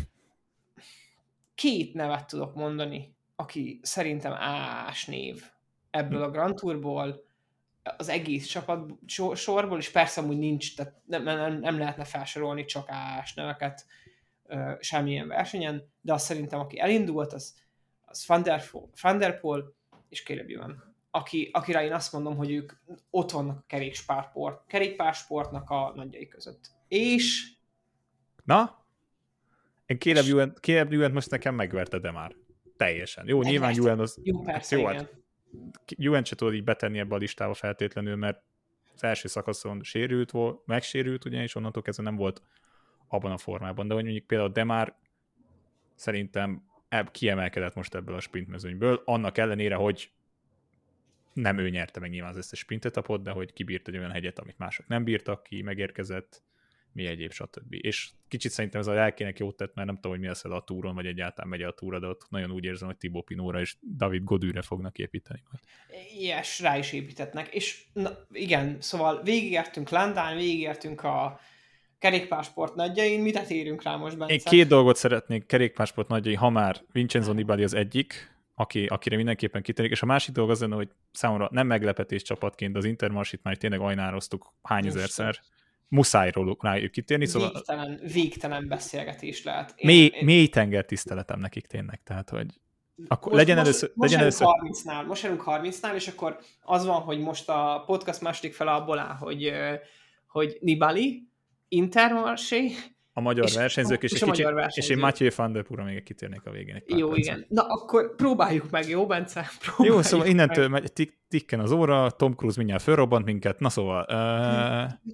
Speaker 6: Két nevet tudok mondani, aki szerintem A-s név ebből a Grand Tourból. az egész csapat sorból, és persze amúgy nincs, tehát nem, nem, nem lehetne felsorolni csak á-s neveket uh, semmilyen versenyen, de azt szerintem, aki elindult, az, az Van der, Van der Poel és Caleb Ewan. Aki, akire én azt mondom, hogy ők ott vannak a kerékpársport, kerékpársportnak a nagyjai között. És...
Speaker 5: Na? Én Caleb Ewan, Caleb Ewan most nekem megverte, de már teljesen. Jó, nyilván Ewan az...
Speaker 6: Jó, persze, jó, igen.
Speaker 5: Ewan se tudod így betenni ebbe a listába feltétlenül, mert az első szakaszon sérült volt, megsérült, ugye, és onnantól kezdve nem volt abban a formában. De hogy mondjuk például Demar szerintem kiemelkedett most ebből a sprintmezőnyből, annak ellenére, hogy nem ő nyerte meg nyilván az összes sprintetapot, de hogy kibírt egy olyan hegyet, amit mások nem bírtak ki, megérkezett, mi egyéb, stb. És kicsit szerintem ez a lelkének jót tett, mert nem tudom, hogy mi lesz a túron, vagy egyáltalán megy a túra, de ott nagyon úgy érzem, hogy Thibaut Pinotra és David Godúra fognak építeni.
Speaker 6: Ilyes, rá is építetnek. És na, igen, szóval végigértünk Landán, végigértünk a kerékpársport nagyjain, mit érünk rá most, Bence?
Speaker 5: Én két dolgot szeretnék kerékpársport nagyjai, ha már Vincenzo Nibali az egyik, aki, akire mindenképpen kitérnék, és a másik dolog az lenne, hogy számomra nem meglepetés csapatként az Intermarsit már tényleg ajnároztuk hány ezerszer. Muszáj róluk rájuk kitérni. Szóval...
Speaker 6: Végtelen, végtelen beszélgetés lehet.
Speaker 5: Én, mély, én... mély tenger tiszteletem nekik tényleg, tehát hogy akkor
Speaker 6: most,
Speaker 5: legyen
Speaker 6: most,
Speaker 5: először...
Speaker 6: Most
Speaker 5: legyen először...
Speaker 6: harmincnál, most erünk harmincnál, és akkor az van, hogy most a podcast második fele abból áll, hogy, hogy Nibali, Intermarché,
Speaker 5: a magyar és versenyzők, és, és,
Speaker 6: és,
Speaker 5: kicsi,
Speaker 6: versenyző.
Speaker 5: és én Mathieu van der Poelra még kitérnék a végén.
Speaker 6: Jó,
Speaker 5: percen.
Speaker 6: igen. Na, akkor próbáljuk meg, jó, Bence? Próbáljuk
Speaker 5: jó, szóval innentől
Speaker 6: meg.
Speaker 5: megy, tik, tikken az óra, Tom Cruise mindjárt fölrobbant minket, na szóval... Uh...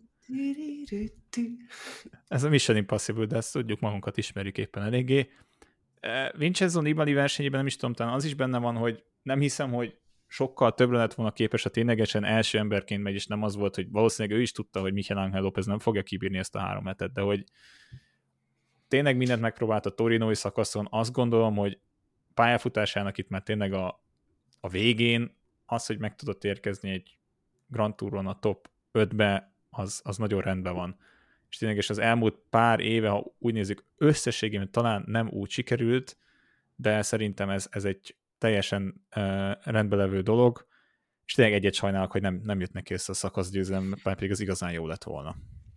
Speaker 5: Ez a Mission Impossible, de ezt tudjuk, magunkat ismerjük éppen eléggé. Uh, Vincenzo Nibali versenyében nem is tudom, talán az is benne van, hogy nem hiszem, hogy sokkal többre lett volna képes, a ténylegesen első emberként megy, és nem az volt, hogy valószínűleg ő is tudta, hogy Miguel Ángel López nem fogja kibírni ezt a három hetet, de hogy tényleg mindent megpróbált a torinói szakaszon, azt gondolom, hogy pályafutásának itt már tényleg a, a végén az, hogy meg tudott érkezni egy Grand Touron a top ötbe, az, az nagyon rendben van. És tényleg és az elmúlt pár éve, ha úgy nézzük, összességében talán nem úgy sikerült, de szerintem ez, ez egy teljesen uh, rendben levő dolog, és tényleg egyet sajnálok, hogy nem, nem jött neki össze a szakaszgyőzelem, mert pedig az igazán jó lett volna.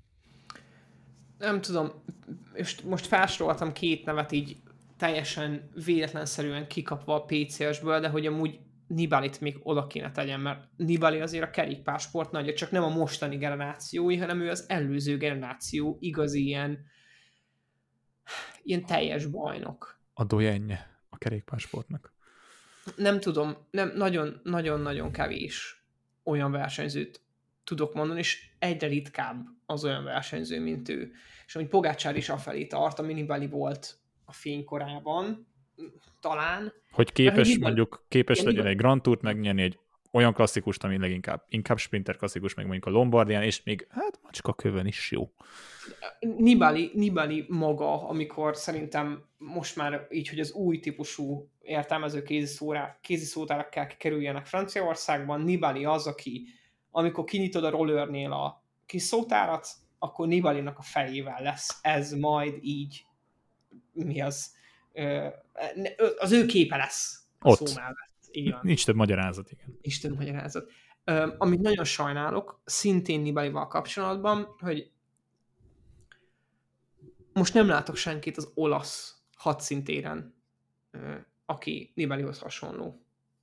Speaker 6: Nem tudom, és most felsoroltam két nevet így teljesen véletlenszerűen kikapva a pé cé es-ből, de hogy amúgy Nibalit még oda kéne tegyen, mert Nibali azért a kerékpársport nagyja, csak nem a mostani generációi, hanem ő az előző generáció igazi ilyen, ilyen teljes bajnok.
Speaker 5: A dojenje a kerékpársportnak.
Speaker 6: Nem tudom, nem, nagyon-nagyon-nagyon kevés olyan versenyzőt tudok mondani, és egyre ritkább az olyan versenyző, mint ő. És ahogy Pogačar is afelé tart, ami Nibali volt a fénykorában, talán.
Speaker 5: Hogy képes,
Speaker 6: Nibali,
Speaker 5: mondjuk képes legyen
Speaker 6: Nibali,
Speaker 5: egy Grand Tourt megnyerni, egy olyan klasszikust, ami leginkább inkább sprinter klasszikus, meg mondjuk a Lombardián, és még hát macska kövön is jó.
Speaker 6: Nibali, Nibali maga, amikor szerintem most már így, hogy az új típusú értelmező kéziszótárak kell kikerüljenek Franciaországban, Nibali az, aki amikor kinyitod a rollernél a kis szótárat, akkor Nibalinak a fejével lesz ez majd így, mi az, az ő képe lesz a
Speaker 5: ott.
Speaker 6: szó mellett. Igen.
Speaker 5: Nincs több magyarázat, igen.
Speaker 6: Nincs több magyarázat. Amit nagyon sajnálok, szintén Nibalival kapcsolatban, hogy most nem látok senkit az olasz hadszintéren, aki Nibalihoz hasonló.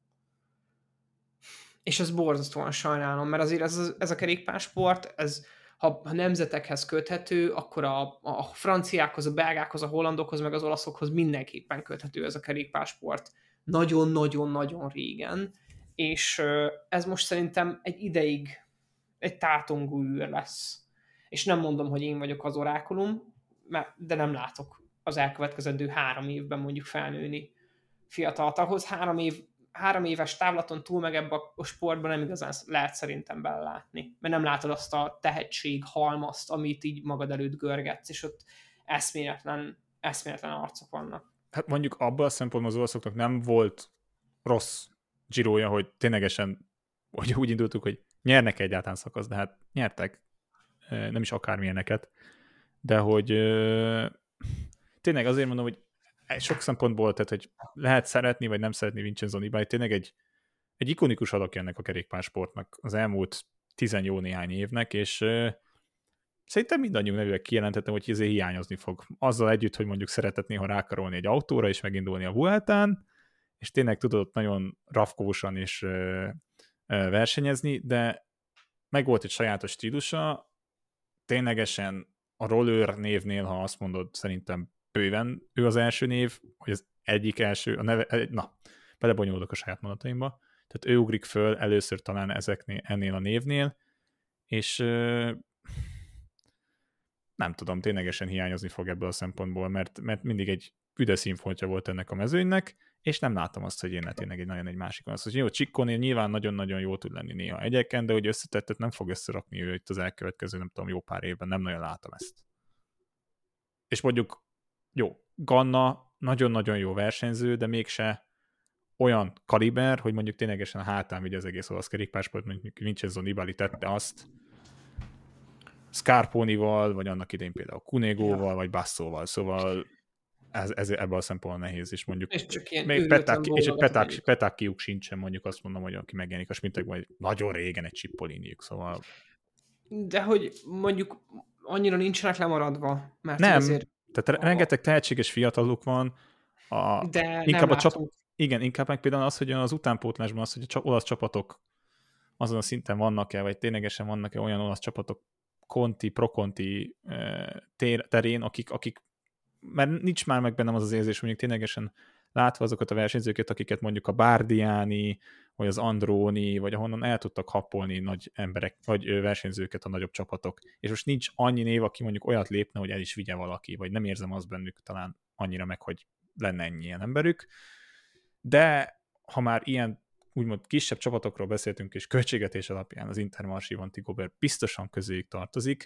Speaker 6: És ez borzasztóan sajnálom, mert azért ez, ez a kerékpársport, ez, ha, ha nemzetekhez köthető, akkor a, a franciákhoz, a belgákhoz, a hollandokhoz, meg az olaszokhoz mindenképpen köthető ez a kerékpársport. Nagyon-nagyon-nagyon régen. És ez most szerintem egy ideig egy tátongó űr lesz. És nem mondom, hogy én vagyok az orákulum, de nem látok az elkövetkezendő három évben mondjuk felnőni fiatalt. Ahhoz három év három éves távlaton túl meg ebben a sportban nem igazán lehet szerintem belelátni. Mert nem látod azt a tehetség halmazt, amit így magad előtt görgetsz, és ott eszméletlen, eszméletlen arcok vannak.
Speaker 5: Hát mondjuk abban a szempontból az olaszoknak nem volt rossz Giroja, hogy ténylegesen hogy úgy indultuk, hogy nyernek egyáltalán szakasz, de hát nyertek, nem is akármilyeneket, de hogy tényleg azért mondom, hogy sok szempontból, tehát hogy lehet szeretni, vagy nem szeretni Vincenzo Nibali, tényleg egy, egy ikonikus alakja ennek a kerékpársportnak az elmúlt tizen jó néhány évnek, és uh, szerintem mindannyiunk nevűleg kijelentettem, hogy ezért hiányozni fog. Azzal együtt, hogy mondjuk szeretett néha rákarolni egy autóra, és megindulni a Vueltán, és tényleg tudott nagyon rafkósan is uh, uh, versenyezni, de meg volt egy sajátos stílusa, ténylegesen a roller névnél, ha azt mondod, szerintem bőven ő az első név, hogy az egyik első, a neve, na, belebonyolódok a saját mondataimba, tehát ő ugrik föl először talán ezeknél, ennél a névnél, és euh, nem tudom, ténylegesen hiányozni fog ebből a szempontból, mert, mert mindig egy üde színfoltja volt ennek a mezőnynek, és nem látom azt, hogy én tényleg egy nagyon egy másikon. Azt, hogy jó, Csikkónél nyilván nagyon-nagyon jó tud lenni néha egyeken, de hogy összetettet nem fog összerakni ő itt az elkövetkező, nem tudom, jó pár évben, nem nagyon látom ezt. És mondjuk, jó, Ganna nagyon-nagyon jó versenyző, de mégse olyan kaliber, hogy mondjuk ténylegesen a hátán vigye az egész olasz kerékpársport, mondjuk Vincenzo Nibali tette azt Scarponival, vagy annak idején például Kunegóval, ja. vagy Bassóval, szóval ez, ez ebből a szempontból nehéz, és mondjuk
Speaker 6: és csak ilyen
Speaker 5: még peták, és egy peták, petákiuk sincsen, mondjuk azt mondom, hogy aki megjelenik a smintekben, hogy nagyon régen egy Cipolliniük, szóval...
Speaker 6: De hogy mondjuk annyira nincsenek lemaradva, mert
Speaker 5: nem,
Speaker 6: azért...
Speaker 5: tehát a... rengeteg tehetséges fiataluk van, a...
Speaker 6: de
Speaker 5: inkább
Speaker 6: nem
Speaker 5: a csap... igen, inkább meg például az, hogy az utánpótlásban az, hogy a olasz csapatok azon a szinten vannak-e, vagy ténylegesen vannak-e olyan olasz csapatok Conti, Pro-Conti terén, akik, akik mert nincs már meg bennem az az érzés, mondjuk ténylegesen látva azokat a versenyzőket, akiket mondjuk a Bardiani, vagy az Androni, vagy ahonnan el tudtak happolni nagy emberek, vagy versenyzőket a nagyobb csapatok. És most nincs annyi név, aki mondjuk olyat lépne, hogy el is vigye valaki, vagy nem érzem azt bennük talán annyira meg, hogy lenne ennyi ilyen emberük. De ha már ilyen úgymond kisebb csapatokról beszéltünk, és költségetés alapján az Intermarché Vanti Gobert biztosan közéjük tartozik,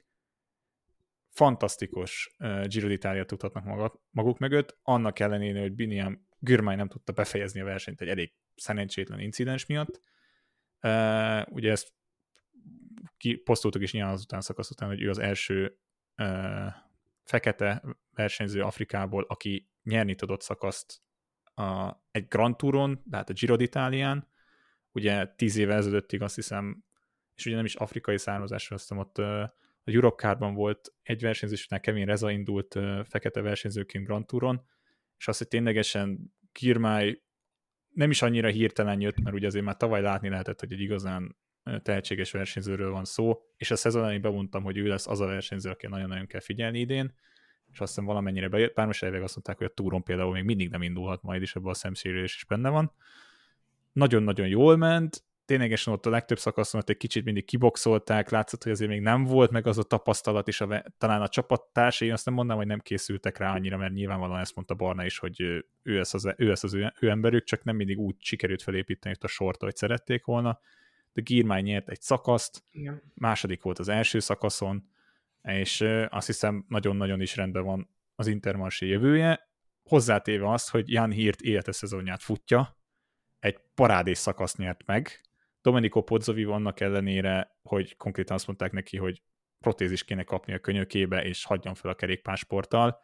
Speaker 5: fantasztikus uh, Giro d'Italia tudhatnak maga, maguk mögött, annak ellenére, hogy Biniam Girmay nem tudta befejezni a versenyt egy elég szerencsétlen incidens miatt. Uh, ugye ezt posztoltuk is nyilván azután szakasz után, hogy ő az első uh, fekete versenyző Afrikából, aki nyerni tudott szakaszt a, egy Grand Touron, tehát a Giro d'Italián, ugye tíz éve ezelőttig azt hiszem, és ugye nem is afrikai származásra, azt hiszem ott uh, a Europcarban volt egy versenyző, után Kevin Reza indult uh, fekete versenyzőként Grand Touron, és azt, hogy ténylegesen Girmay nem is annyira hirtelen jött, mert ugye azért már tavaly látni lehetett, hogy egy igazán tehetséges versenyzőről van szó, és a szezon elején bemondtam, hogy ő lesz az a versenyző, aki nagyon-nagyon kell figyelni idén, és azt hiszem valamennyire bejött, bár most elvég azt mondták, hogy a Touron például még mindig nem indulhat majd, és ebben a szemsérülés is benne van. Nagyon-nagyon jól ment, ténylegesen ott a legtöbb szakaszon ott egy kicsit mindig kiboxolták, látszott, hogy azért még nem volt meg az a tapasztalat, és a, talán a csapattársai, azt nem mondanám, hogy nem készültek rá annyira, mert nyilvánvalóan ezt mondta Barna is, hogy ő lesz az, ő, lesz az ő, ő emberük, csak nem mindig úgy sikerült felépíteni a sorta, hogy szerették volna. De Girmay nyert egy szakaszt, igen. Második volt az első szakaszon, és azt hiszem nagyon-nagyon is rendben van az Intermarché jövője, hozzátéve azt, hogy Jan Hirt élete szezonját futja, egy parádés szakaszt nyert meg, Domenico Pozzovi annak ellenére, hogy konkrétan azt mondták neki, hogy protézis kéne kapni a könyökébe, és hagyjon fel a kerékpársporttal.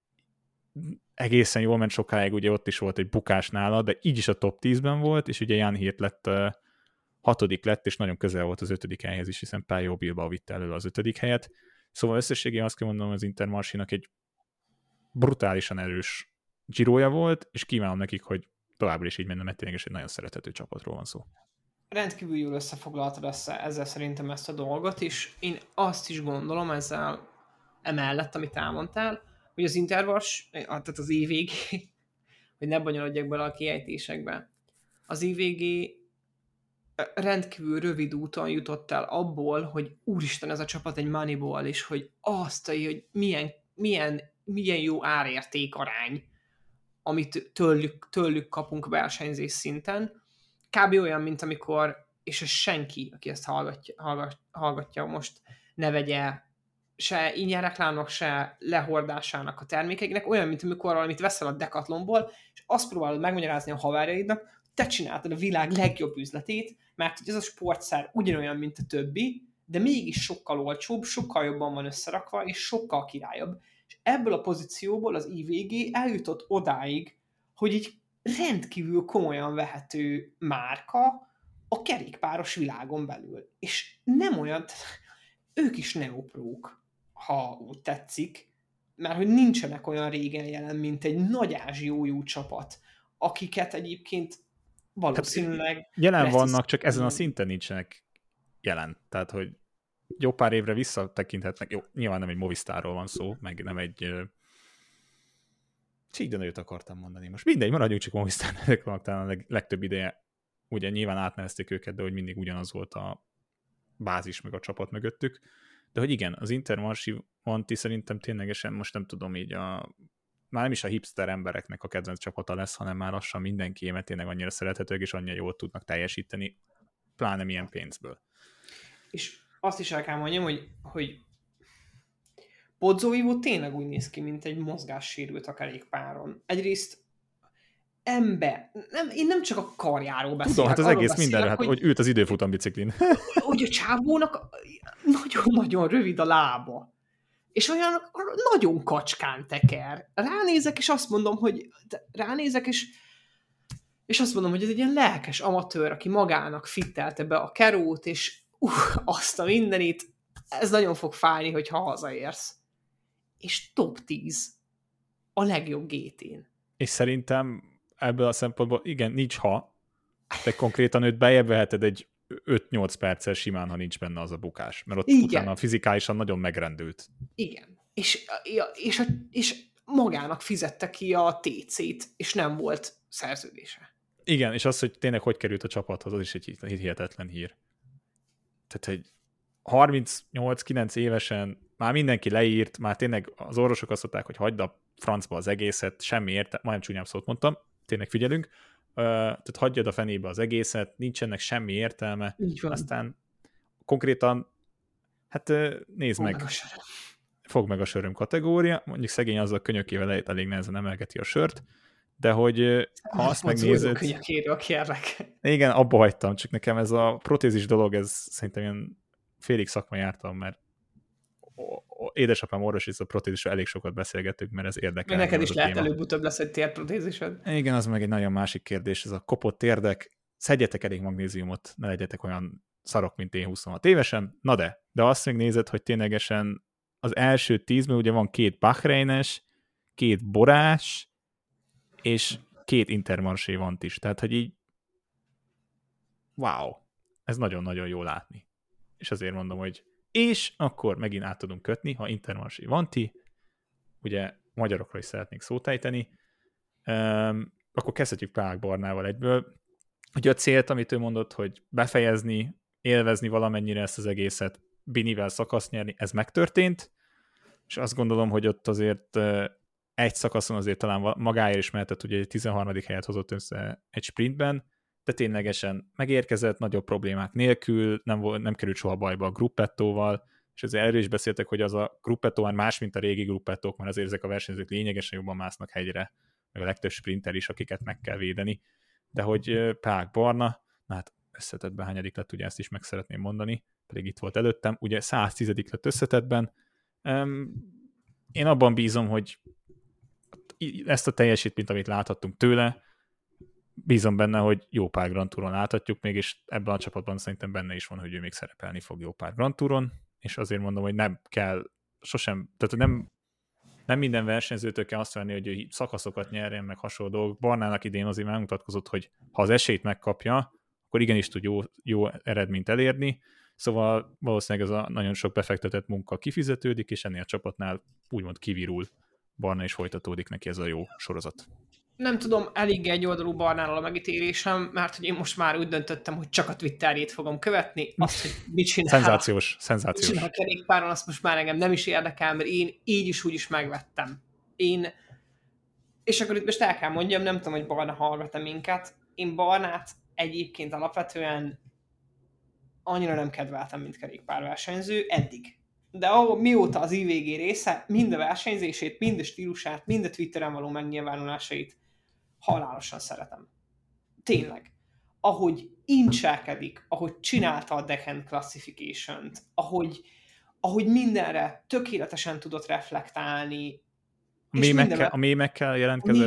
Speaker 5: Egészen jól ment sokáig, ugye ott is volt egy bukás nála, de így is a top tízben volt, és ugye Jan Hirt lett uh, hatodik lett, és nagyon közel volt az ötödik helyhez is, hiszen Pello Bilbao vitte elő az ötödik helyet. Szóval összességében azt kell mondanom, az Intermarché-nak egy brutálisan erős Giroja volt, és kívánom nekik, hogy továbbra is így menne, mert tényleg egy nagyon szerethető csapatról van szó.
Speaker 6: Rendkívül jól összefoglaltad össze ezzel szerintem ezt a dolgot, és én azt is gondolom ezzel emellett, amit elmondtál, hogy az Intervars, tehát az i vé gé, hogy ne bonyolodjak bele a kiejtésekbe, az i vé gé rendkívül rövid úton jutott el abból, hogy úristen, ez a csapat egy Moneyball, és hogy azt, hogy milyen, milyen, milyen jó árérték arány, amit tőlük, tőlük kapunk versenyzés szinten. Kb. Olyan, mint amikor, és ez senki, aki ezt hallgatja, hallgat, hallgatja most, ne vegye se ingyen reklámnak, se lehordásának a termékeinek, olyan, mint amikor valamit veszel a Decathlonból, és azt próbálod megmagyarázni a haverjaidnak, te csináltad a világ legjobb üzletét, mert hogy ez a sportszer ugyanolyan, mint a többi, de mégis sokkal olcsóbb, sokkal jobban van összerakva, és sokkal királyabb. És ebből a pozícióból az i vé gé eljutott odáig, hogy így rendkívül komolyan vehető márka, a kerékpáros világon belül. És nem olyan, ők is neoprók, ha úgy tetszik, mert hogy nincsenek olyan régen jelen, mint egy nagy ázsiójú csapat, akiket egyébként valószínűleg...
Speaker 5: Hát jelen vannak, csak ezen a szinten nincsenek jelen. Tehát, hogy jó pár évre visszatekinthetnek, jó, nyilván nem egy Movistarról van szó, meg nem egy... Csíkdenőt akartam mondani. Most mindegy, maradjunk csak Movistarnak, vannak talán a leg, legtöbb ideje. Ugye nyilván átnevezték őket, de hogy mindig ugyanaz volt a bázis meg a csapat mögöttük. De hogy igen, az Intermarché Vanti szerintem ténylegesen most nem tudom így a... Már nem is a hipster embereknek a kedvenc csapata lesz, hanem már lassan mindenki, mert tényleg annyira szerethetők, és annyira jól tudnak teljesíteni, pláne milyen pénzből.
Speaker 6: És azt is el kell mondjam, hogy, hogy Pozzo Ivo tényleg úgy néz ki, mint egy mozgássérült a kerékpáron. Egyrészt ember, nem, én nem csak a karjáról beszélek.
Speaker 5: Tudom, hát az egész mindenre, hát, hogy, hogy ült az időfutam biciklin.
Speaker 6: Hogy a csávónak nagyon-nagyon rövid a lába. És olyan nagyon kacskán teker. Ránézek, és azt mondom, hogy ránézek, és, és azt mondom, hogy ez egy ilyen lelkes amatőr, aki magának fittelte be a kerót, és uh, azt a mindenit, ez nagyon fog fájni, hogyha hazaérsz. És top tíz a legjobb gé tén.
Speaker 5: És szerintem ebből a szempontból, igen, nincs ha, de konkrétan őt bejebb veheted egy öt-nyolc perccel simán, ha nincs benne az a bukás. Mert ott igen. Utána fizikálisan nagyon megrendült.
Speaker 6: Igen. És, és, és, és magának fizette ki a té cét, és nem volt szerződése.
Speaker 5: Igen, és az, hogy tényleg hogy került a csapathoz, az is egy hihetetlen hír. Tehát, hogy harmincnyolc-kilenc évesen már mindenki leírt, már tényleg az orvosok azt mondták, hogy hagyd a francba az egészet, semmi érte, majdnem csúnyább szót mondtam, tényleg figyelünk, uh, tehát hagyjad a fenébe az egészet, nincsenek semmi értelme, aztán konkrétan, hát uh, nézd Fog meg, meg fog meg a söröm kategória, mondjuk szegény azzal könyökével lehet elég nehezen emelgeti a sört, de hogy uh, ha azt megnézed...
Speaker 6: Könyökéről kérlek.
Speaker 5: Igen, abba hagytam, csak nekem ez a protézis dolog, ez szerintem ilyen félig szakmai jártam, mert édesapám orvos, és a protézisről elég sokat beszélgettük, mert ez érdekel.
Speaker 6: Neked is lehet előbb-utóbb lesz egy térprotézised.
Speaker 5: Igen, az meg egy nagyon másik kérdés, ez a kopott térdek. Szedjetek elég magnéziumot, ne legyetek olyan szarok, mint én huszonhat évesen. Na de, de azt még nézed, hogy ténylegesen az első tízben ugye van két Bahreines, két Borás, és két Intermarché Vant is. Tehát, hogy így wow, ez nagyon-nagyon jó látni. És azért mondom, hogy és akkor megint át tudunk kötni, ha Intermarché Vanti, ugye magyarokra is szeretnék szót ejteni, um, akkor kezdhetjük Pák Barnával egyből. Ugye a célt, amit ő mondott, hogy befejezni, élvezni valamennyire ezt az egészet, Binivel szakaszt nyerni, ez megtörtént, és azt gondolom, hogy ott azért uh, egy szakaszon azért talán magáért is mehetett, ugye egy tizenharmadik helyet hozott össze egy sprintben, de ténylegesen megérkezett, nagyobb problémák nélkül, nem, volt, nem került soha bajba a Gruppettóval, és azért erről is beszéltek, hogy az a Gruppettó már más, mint a régi Gruppettók, mert azért ezek a versenyzők lényegesen jobban másznak hegyre, meg a legtöbb sprinter is, akiket meg kell védeni. De hogy Pák Barna, na hát összetettben hányadik lett, ugye ezt is meg szeretném mondani, pedig itt volt előttem, ugye száztízedik lett összetettben. Én abban bízom, hogy ezt a teljesítményt, amit láthattunk tőle, bízom benne, hogy jó pár Grand Touron láthatjuk még, és ebben a csapatban szerintem benne is van, hogy ő még szerepelni fog jó pár Grand Touron, és azért mondom, hogy nem kell sosem, tehát nem, nem minden versenyzőtől kell azt venni, hogy ő szakaszokat nyerjen, meg hasonló dolgok. Barnának idén azért megmutatkozott, hogy ha az esélyt megkapja, akkor igenis tud jó, jó eredményt elérni, szóval valószínűleg ez a nagyon sok befektetett munka kifizetődik, és ennél a csapatnál úgymond kivirul Barna, és folytatódik neki ez a jó sorozat.
Speaker 6: Nem tudom, elég egyoldalú Barnáról a megítélésem, mert hogy én most már úgy döntöttem, hogy csak a Twitterjét fogom követni, azt, hogy mit csinál.
Speaker 5: Szenzációs, szenzációs.
Speaker 6: Mit csinál a kerékpáron, azt most már engem nem is érdekel, mert én így is úgy is megvettem. Én, és akkor itt most el kell mondjam, nem tudom, hogy Barna hallgat-e minket, én Barnát egyébként alapvetően annyira nem kedveltem, mint kerékpárversenyző, eddig. De ahol, mióta az i vé gé része, mind a versenyzését, mind a stílusát, mind a Twitteren való megnyilvánulásait halálosan szeretem. Tényleg. Ahogy incselkedik, ahogy csinálta a Deccan Classification-t, ahogy, ahogy mindenre tökéletesen tudott reflektálni.
Speaker 5: A mémekkel, a mémekkel jelentkezett. A mémekkel.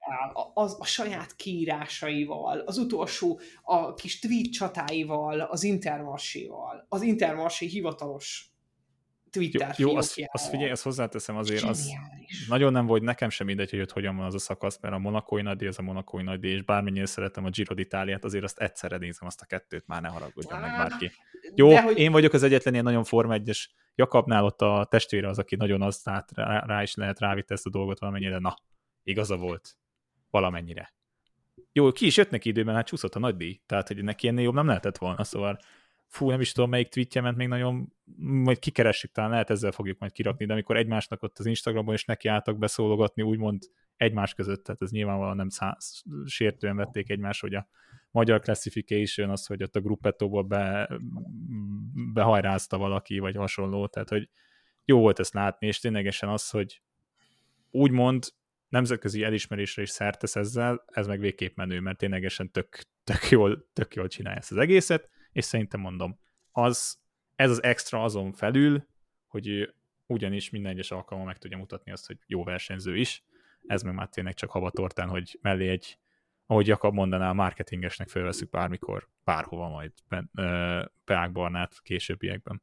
Speaker 6: az a saját kiírásaival, az utolsó a kis tweet csatáival, az Intermarché-val, az Intermarché hivatalos Twitter
Speaker 5: Jó, jó azt, azt figyelj, azt hozzáteszem azért, az nagyon nem volt, nekem sem mindegy, hogy ott hogyan van az a szakasz, mert a monakói nagydíj, az a monakói nagydíj, és bármennyire szeretem a Giro d'Italiát, azért azt egyszerre nézem azt a kettőt, már ne haragudjon meg bárki. Jó, hogy... én vagyok az egyetlen ilyen nagyon Forma egyes, Jakabnál ott a testvére az, aki nagyon az, tehát rá, rá is lehet rávitt ezt a dolgot valamennyire, na, igaza volt. Valamennyire. Jó, ki is jött neki időben, hát csúszott a nagydíj, tehát hogy neki ennél jobb nem lehetett volna, szóval fú, nem is tudom, melyik tweetje ment még nagyon, majd kikeressük, talán lehet ezzel fogjuk majd kirakni, de amikor egymásnak ott az Instagramon is nekiálltak beszólogatni, úgymond egymás között, tehát ez nyilvánvalóan nem száz, sértően vették egymást, hogy a magyar classification az, hogy ott a gruppettóból be, behajrázta valaki, vagy hasonló, tehát hogy jó volt ezt látni, és ténylegesen az, hogy úgymond nemzetközi elismerésre is szert tesz ezzel, ez meg végképp menő, mert ténylegesen tök, tök, jól, tök jól csinálja ezt az egészet, és szerintem mondom, az, ez az extra azon felül, hogy ő ugyanis minden egyes alkalommal meg tudja mutatni azt, hogy jó versenyző is, ez meg már tényleg csak havatortán, hogy mellé egy, ahogy Jakab mondaná, marketingesnek felveszünk bármikor, bárhova majd Peák Barnát későbbiekben.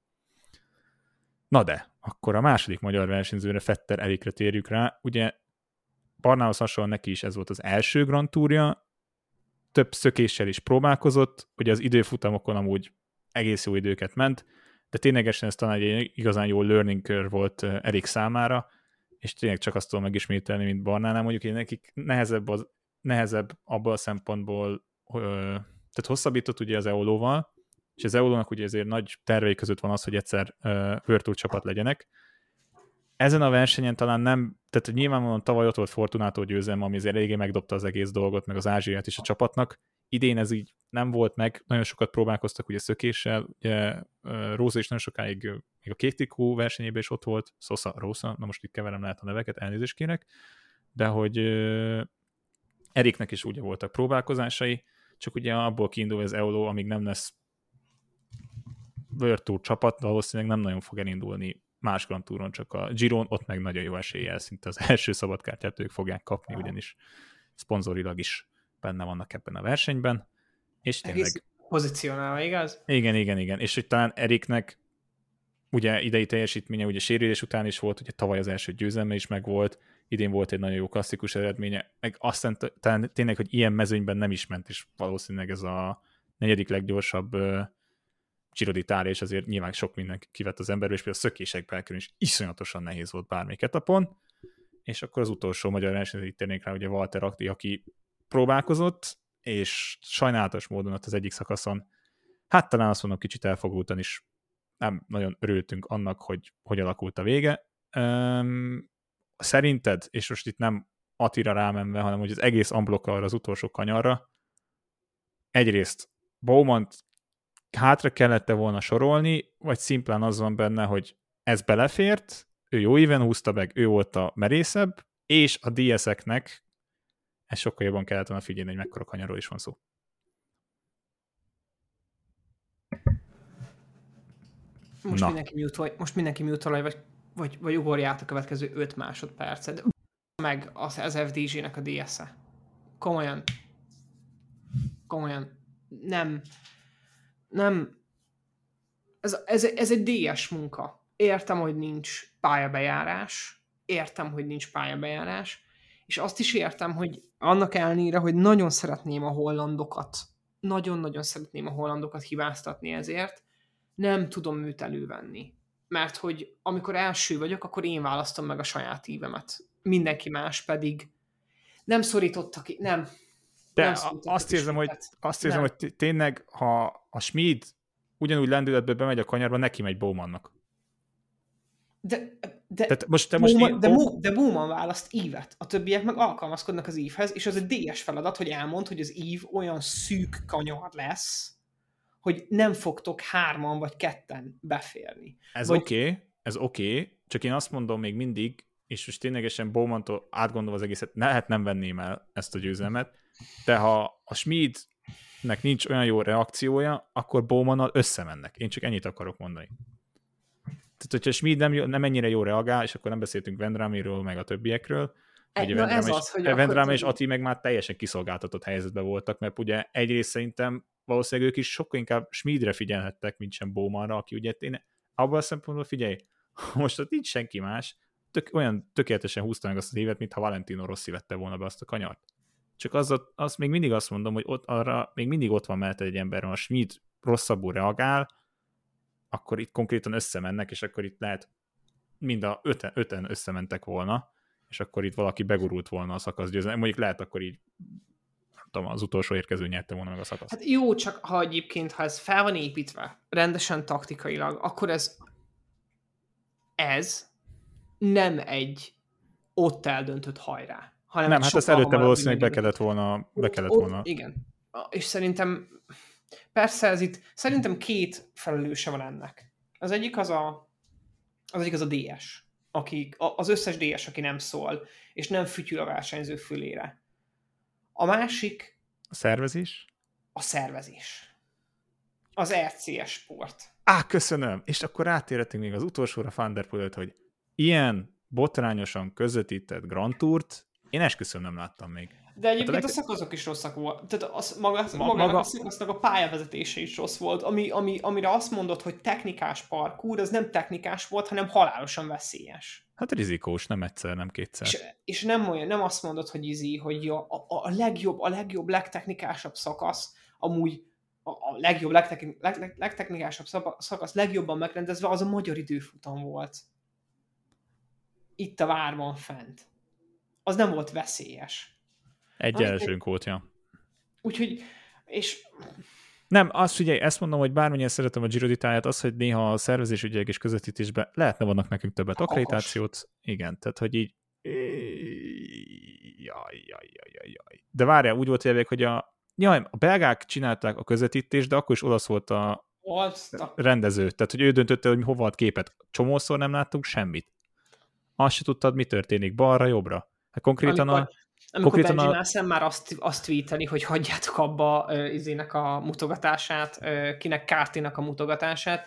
Speaker 5: Na de, akkor a második magyar versenyzőre, Vetter Erikre térjük rá. Ugye Barnához hasonlóan neki is ez volt az első Grand Tourja, több szökéssel is próbálkozott, ugye az időfutamokon amúgy egész jó időket ment, de ténylegesen ez talán egy igazán jó learning curve volt Erik számára, és tényleg csak azt tudom megismételni, mint Barnánál, mondjuk, hogy nekik nehezebb, az, nehezebb abban a szempontból, tehát hosszabbított ugye az Eolóval, és az Eolónak ugye ezért nagy tervei között van az, hogy egyszer World Tour csapat legyenek. Ezen a versenyen talán nem, tehát nyilvánvalóan tavaly ott volt Fortunato győzelme, ami azért eléggé megdobta az egész dolgot, meg az Ázsiát is a csapatnak. Idén ez így nem volt meg, nagyon sokat próbálkoztak ugye szökéssel, ugye Róza is nagyon sokáig még a kék trikó versenyében is ott volt, Sosa, Róza, na most itt keverem lehet a neveket, elnézést kérek, de hogy Eriknek is ugye voltak próbálkozásai, csak ugye abból kiindul az Eolo, amíg nem lesz World Tour csapat, valószínűleg nem nagyon fog elindulni más Grand Touron, csak a Giron, ott meg nagyon jó eséllyel, szinte az első szabadkártyát ők fogják kapni, ugyanis szponzorilag is benne vannak ebben a versenyben, és tényleg...
Speaker 6: Egész pozícionálva, igaz?
Speaker 5: Igen, igen, igen, és hogy talán Eriknek ugye idei teljesítménye, ugye sérülés után is volt, ugye tavaly az első győzelme is megvolt, idén volt egy nagyon jó klasszikus eredménye, meg aztán talán tényleg, hogy ilyen mezőnyben nem is ment, és valószínűleg ez a negyedik leggyorsabb Giro d'Italia, és azért nyilván sok minden kivett az emberből, és például a szökésekbe elkerülni is iszonyatosan nehéz volt bármelyik etapon, és akkor az utolsó magyar versenyző itt térnék rá, ugye Walter Akti, aki próbálkozott, és sajnálatos módon ott az egyik szakaszon, hát talán azt mondom, kicsit elfogultan is nem nagyon örültünk annak, hogy hogy alakult a vége. Um, szerinted, és most itt nem Attira rámenve, hanem hogy az egész unblock arra az utolsó kanyarra, egyrészt Bowmant hátra kellett volna sorolni, vagy szimplán az van benne, hogy ez belefért, ő jó éven húzta meg, ő volt a merészebb, és a dé es-eknek ez sokkal jobban kellett volna figyelni, hogy mekkora kanyarról is van szó.
Speaker 6: Most Na. mindenki mute, most mindenki mute vagy, vagy, vagy ugorj át a következő öt másodpercet. Meg az, az ef dé zé-nek a dé es-e. Komolyan. Komolyan. Nem. Nem. Ez, ez, ez egy dé es munka. Értem, hogy nincs pályabejárás. Értem, hogy nincs pályabejárás. És azt is értem, hogy annak ellenére, hogy nagyon szeretném a hollandokat, nagyon-nagyon szeretném a hollandokat hibáztatni ezért, nem tudom őt elővenni. Mert hogy amikor első vagyok, akkor én választom meg a saját ívemet. Mindenki más pedig nem szorította ki, nem.
Speaker 5: De nem azt érzem, hogy, azt érzem hogy tényleg, ha a Schmid ugyanúgy lendületbe bemegy a kanyarba, neki megy Bowmannak.
Speaker 6: De, de,
Speaker 5: Tehát most te
Speaker 6: Bowman,
Speaker 5: most
Speaker 6: de, Bo, de Bowman választ ívet. A többiek meg alkalmazkodnak az ívhez, és az egy dé es feladat, hogy elmond, hogy az ív olyan szűk kanyar lesz, hogy nem fogtok hárman vagy ketten beférni.
Speaker 5: Ez
Speaker 6: vagy...
Speaker 5: oké, okay, ez oké, okay, csak én azt mondom még mindig, és most ténylegesen Bowmantól átgondolva az egészet, lehet nem venném el ezt a győzelmet, de ha a Schmidnek nincs olyan jó reakciója, akkor Bowmannal összemennek. Én csak ennyit akarok mondani. Tehát, hogyha Schmid nem, nem ennyire jó reagál, és akkor nem beszéltünk Vendramiről, meg a többiekről,
Speaker 6: E,
Speaker 5: Ugye
Speaker 6: na ez
Speaker 5: és,
Speaker 6: az, hogy
Speaker 5: Vendrám
Speaker 6: akkor...
Speaker 5: és Ati meg már teljesen kiszolgáltatott helyzetben voltak, mert ugye egyrészt szerintem valószínűleg ők is sokkal inkább Schmidre figyelhettek, mint sem Bowmanra, aki ugye én abban a szempontból figyelj, most ott nincs senki más, tök, olyan tökéletesen húzta meg azt az évet, mintha Valentino Rossi vette volna be azt a kanyart. Csak az, az még mindig azt mondom, hogy ott, arra még mindig ott van mellette egy ember, ha a Schmid rosszabbul reagál, akkor itt konkrétan összemennek, és akkor itt lehet mind a öten, öten összementek volna, és akkor itt valaki begurult volna a szakasz győzelem. Mondjuk lehet akkor így, nem tudom, az utolsó érkező nyerte volna meg a szakasz.
Speaker 6: Hát jó, csak ha egyébként, ha ez fel van építve, rendesen taktikailag, akkor ez ez nem egy ott eldöntött hajrá. Hanem
Speaker 5: nem, hát ezt előtte valószínűleg be kellett volna, be kellett
Speaker 6: ott,
Speaker 5: volna.
Speaker 6: Igen. És szerintem persze ez itt, szerintem két felelőse van ennek. Az egyik az a az egyik az a dé es, aki, az összes dé es, aki nem szól, és nem fütyül a versenyző fülére. A másik
Speaker 5: a szervezés?
Speaker 6: A szervezés. Az er cé es sport.
Speaker 5: Á, köszönöm! És akkor rátérhetünk még az utolsóra Van der Poel-t, hogy ilyen botrányosan közvetített Grand Tourt én esküszöm nem láttam még.
Speaker 6: De egyébként
Speaker 5: hát a,
Speaker 6: a szakaszok is rosszak volt. Tehát az, maga,
Speaker 5: Ma,
Speaker 6: maga,
Speaker 5: maga...
Speaker 6: a szakasznak a pályavezetése is rossz volt. Ami, ami, amire azt mondod, hogy technikás parkour, az nem technikás volt, hanem halálosan veszélyes.
Speaker 5: Hát rizikós, nem egyszer, nem kétszer.
Speaker 6: És, és nem olyan, nem azt mondod, hogy izi, hogy a, a, a legjobb, a legjobb, legtechnikásabb szakasz, amúgy a, a legjobb, legtechnik, leg, leg, legtechnikásabb szakasz legjobban megrendezve, az a magyar időfutam volt. Itt a várban fent. Az nem volt veszélyes.
Speaker 5: Egy elsőnk volt, ja.
Speaker 6: Úgyhogy, és...
Speaker 5: Nem, azt figyelj, ezt mondom, hogy bármilyen szeretem a Giro d'Italiát, az, hogy néha a szervezésügyek és közvetítésben lehetne vannak nekünk többet akkreditációt. Igen, tehát, hogy így... Jaj, jaj, jaj, jaj. De várjál, úgy volt jelvég, hogy a... Jaj, a belgák csinálták a közvetítést, de akkor is olasz volt a rendező. Tehát, hogy ő döntötte, hogy hova ad képet. Csomószor nem láttunk semmit. Azt se tudtad, mi történik balra, jobbra. Hát konkrétan
Speaker 6: amikor,
Speaker 5: a...
Speaker 6: Amikor Benji Nelson már azt, azt tweeteli, hogy hagyjátok abba uh, izének a mutogatását, uh, kinek Kártinak a mutogatását.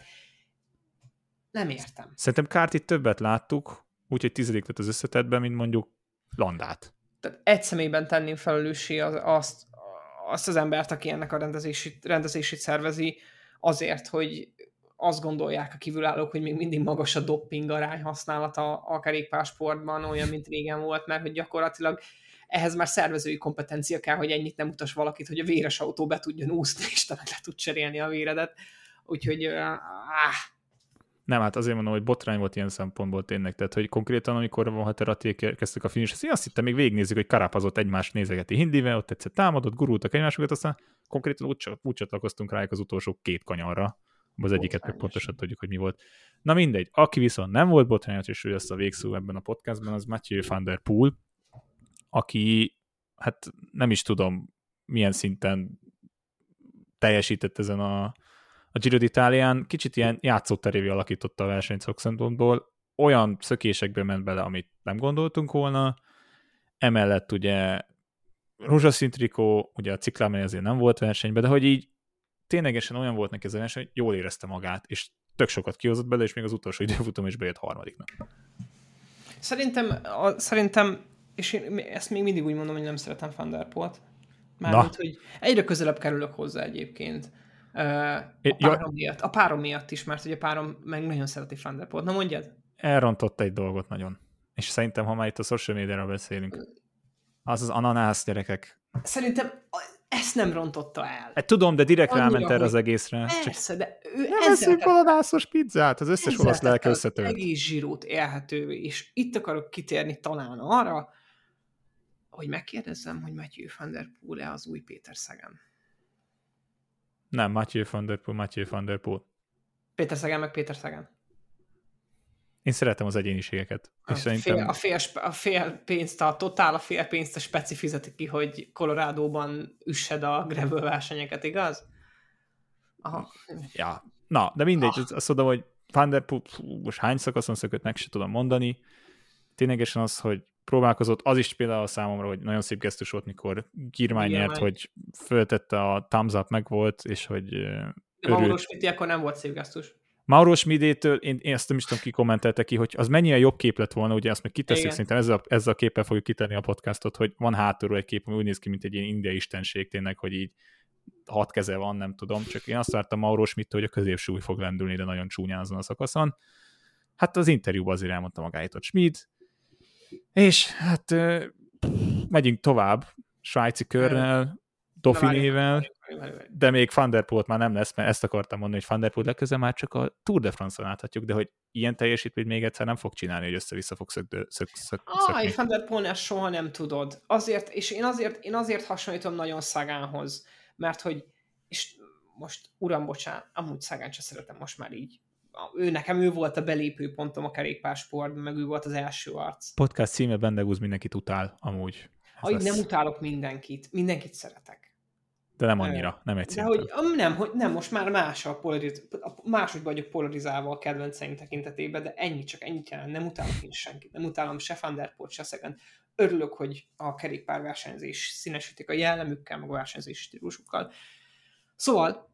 Speaker 6: Nem értem.
Speaker 5: Szerintem Kártit többet láttuk, úgyhogy tizedik lett az összetettben, mint mondjuk Landát.
Speaker 6: Tehát egy személyben tenném felelőssé az, azt, azt az embert, aki ennek a rendezését, rendezését szervezi, azért, hogy azt gondolják a kívülállók, hogy még mindig magas a dopping arány használata a kerékpársportban, olyan, mint régen volt, mert hogy gyakorlatilag ehhez már szervezői kompetencia kell, hogy ennyit nem utas valakit, hogy a véres autó be tudjon úszni, és te meg le tud cserélni a véredet. Úgyhogy... áh.
Speaker 5: Nem, hát azért mondom, hogy botrány volt ilyen szempontból tényleg. Tehát, hogy konkrétan, amikor van Hateraték kezdtek a finish, én azt hittem, még végignézzük, hogy Karapazott egymást nézegeti Hindivel, ott egyszer támadott, gurultak egymásokat, aztán konkrétan úgy, úgy csatlakoztunk rájuk az utolsó két kanyarra. Az egyiket meg pontosan tudjuk, hogy mi volt. Na mindegy, aki viszont nem volt botrányos, és ő lesz a végszó ebben a podcastban, az Mathieu van der Poel, aki, hát nem is tudom, milyen szinten teljesített ezen a, a Giro d'Italián, kicsit ilyen játszóterévé alakította a versenyt szok szempontból, olyan szökésekbe ment bele, amit nem gondoltunk volna, emellett ugye rózsaszín trikó, ugye a ciklámely azért nem volt versenyben, de hogy így ténylegesen olyan volt neki ez a verseny, hogy jól érezte magát, és tök sokat kihozott bele, és még az utolsó időfutam is bejött harmadiknak.
Speaker 6: Szerintem, a, szerintem és én ezt még mindig úgy mondom, hogy nem szeretem Van der Poelt. Mármint, hogy egyre közelebb kerülök hozzá egyébként. A párom, miatt, a párom miatt is, mert hogy a párom meg nagyon szereti Van der Poelt. Na mondjad?
Speaker 5: Elrontott egy dolgot nagyon. És szerintem, ha már itt a social médiáról beszélünk, az az ananász, gyerekek.
Speaker 6: Szerintem ezt nem rontotta el.
Speaker 5: Hát tudom, de direkt annyira, ráment erre az egészre.
Speaker 6: Persze, csak de ő
Speaker 5: nem eszünk ananászos pizzát, az összes olasz lelke összetölt.
Speaker 6: Egész Girót élhetővé, és itt akarok kitérni talán arra, hogy megkérdezzem, hogy Mathieu van der Poel-e az új Péter Sagan.
Speaker 5: Nem, Mathieu van der Poel, Mathieu van der Poel.
Speaker 6: Péter Sagan meg Péter Sagan.
Speaker 5: Én szeretem az egyéniségeket.
Speaker 6: A,
Speaker 5: és szerintem...
Speaker 6: fél, a, fél, a fél pénzt, a totál a fél pénzt a speci fizeti ki, hogy Colorado-ban üssed a gravel versenyeket, igaz? Aha.
Speaker 5: Ja, na, de mindegy, ah. azt mondom, hogy Van der Poel, most hány szakaszon szökött, meg se tudom mondani. Ténylegesen az, hogy próbálkozott, az is például számomra, hogy nagyon szép gesztus volt, mikor Girmay nyert, hogy föltette a thumbs up, meg volt, és hogy
Speaker 6: de Mauro Schmitti akkor nem volt szép gesztus.
Speaker 5: Mauro Schmidétől, én, én ezt nem is tudom, ki kommentelte ki, hogy az mennyire jobb kép lett volna, ugye azt meg kitesszük, szerintem ezzel, ezzel a képpel fogjuk kitenni a podcastot, hogy van hátulról egy kép, ami úgy néz ki, mint egy ilyen indiai istenség tényleg, hogy így hat keze van, nem tudom, csak én azt vártam Mauro Schmidtől, hogy a középsúly fog lendülni, de nagyon csúnyán azon a szakaszon. Hát az interjúban azért elmondta magáit ott Schmid, és hát megyünk tovább, svájci körrel, Dauphinével, de még Van der Poelt már nem lesz, mert ezt akartam mondani, hogy Van der Poelt legközelebb már csak a Tour de France-on láthatjuk, de hogy ilyen teljesítményt még egyszer nem fog csinálni, hogy össze-vissza fog szök, szök, szök,
Speaker 6: Aj, Van der Poelnél soha nem tudod. Azért, és én azért, én azért hasonlítom nagyon Sagánhoz, mert hogy, és most uram, bocsánat, amúgy Sagan sem szeretem most már így. Ő, nekem ő volt a belépő pontom a kerékpársportban, meg ő volt az első arc.
Speaker 5: Podcast címe Bendegúz mindenkit utál, amúgy.
Speaker 6: Ahogy nem utálok mindenkit, mindenkit szeretek.
Speaker 5: De nem annyira, nem egy
Speaker 6: szinten. De hogy nem, hogy nem, most már más a polariz... máshogy vagyok polarizálva a kedvenceim tekintetében, de ennyi, csak ennyit jelent. Nem utálok én senkit. Nem utálom se Van der Poelt, se Sagan. Örülök, hogy a kerékpárversenyzés színesítik a jellemükkel, meg a versenyzés stílusukkal. Szóval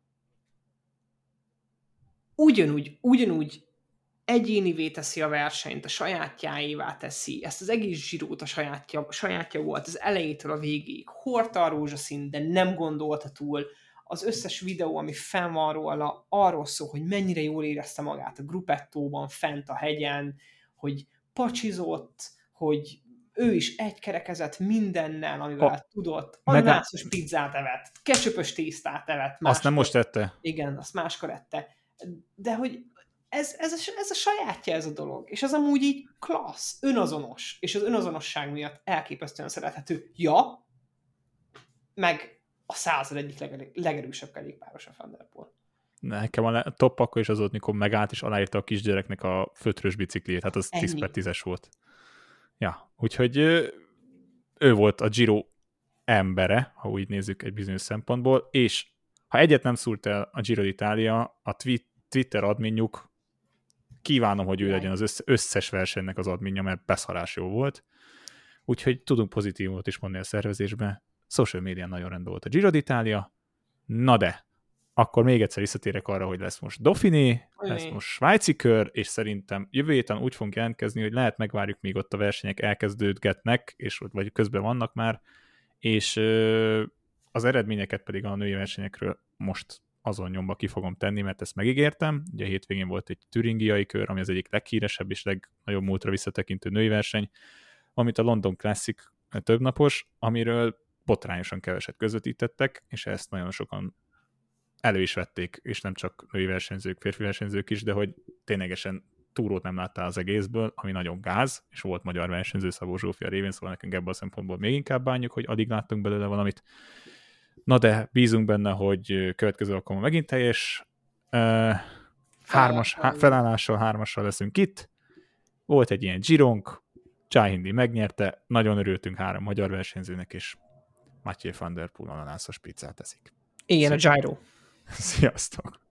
Speaker 6: ugyanúgy, ugyanúgy egyénivé teszi a versenyt, a sajátjáévá teszi, ezt az egész Girót a sajátja, sajátja volt, az elejétől a végéig. Hordta a rózsaszín, de nem gondolta túl. Az összes videó, ami fenn van róla, arról szól, hogy mennyire jól érezte magát a gruppettóban, fent a hegyen, hogy pacsizott, hogy ő is egykerekezett mindennel, amivel a, tudott. Ananászos pizzát evett, ketchupös tésztát evett. Máskor,
Speaker 5: azt nem most ette?
Speaker 6: Igen, azt máskor ette. De hogy Ez, ez, a, ez a sajátja ez a dolog, és az amúgy így klassz, önazonos, és az önazonosság miatt elképesztően szerethető. Ja, meg a század egyik legerő, legerősebb kerékpáros a Van der Poel.
Speaker 5: Nekem a top akkor is az volt, mikor megállt, és aláírta a kisgyereknek a fötrös bicikliét, hát az tíz per tízes volt. Ja, úgyhogy ő volt a Giro embere, ha úgy nézzük egy bizonyos szempontból, és ha egyet nem szúrt el a Giro d'Italia, a tweet, Twitter adminjuk, kívánom, hogy ő legyen az összes versenynek az adminja, mert beszarás jó volt. Úgyhogy tudunk pozitívumot is mondani a szervezésben. Social médián nagyon rendben volt a Giro d'Italia. Na de, akkor még egyszer visszatérek arra, hogy lesz most Dauphiné, lesz most svájci kör, és szerintem jövő héten úgy fogunk jelentkezni, hogy lehet megvárjuk, míg ott a versenyek elkezdődgetnek, és vagy közben vannak már, és az eredményeket pedig a női versenyekről most azon nyomba ki fogom tenni, mert ezt megígértem. Ugye a hétvégén volt egy türingiai kör, ami az egyik leghíresebb és legnagyobb múltra visszatekintő női verseny, amit a London Classic többnapos, amiről botrányosan keveset közvetítettek, és ezt nagyon sokan elő is vették, és nem csak női versenyzők, férfi versenyzők is, de hogy ténylegesen túrót nem láttál az egészből, ami nagyon gáz, és volt magyar versenyző Szabó Zsófia révén, szóval nekünk ebből a szempontból még inkább bánjuk, hogy alig láttunk belőle valamit. Na de bízunk benne, hogy következő alkalommal megint teljes uh, hármas, há, felállással, hármassal leszünk itt. Volt egy ilyen Gironk, Jai Hindley megnyerte, nagyon örültünk három magyar versenyzőnek, és Mathieu van der Poel ananászos pizzát eszik.
Speaker 6: Igen, a gyro.
Speaker 5: Sziasztok!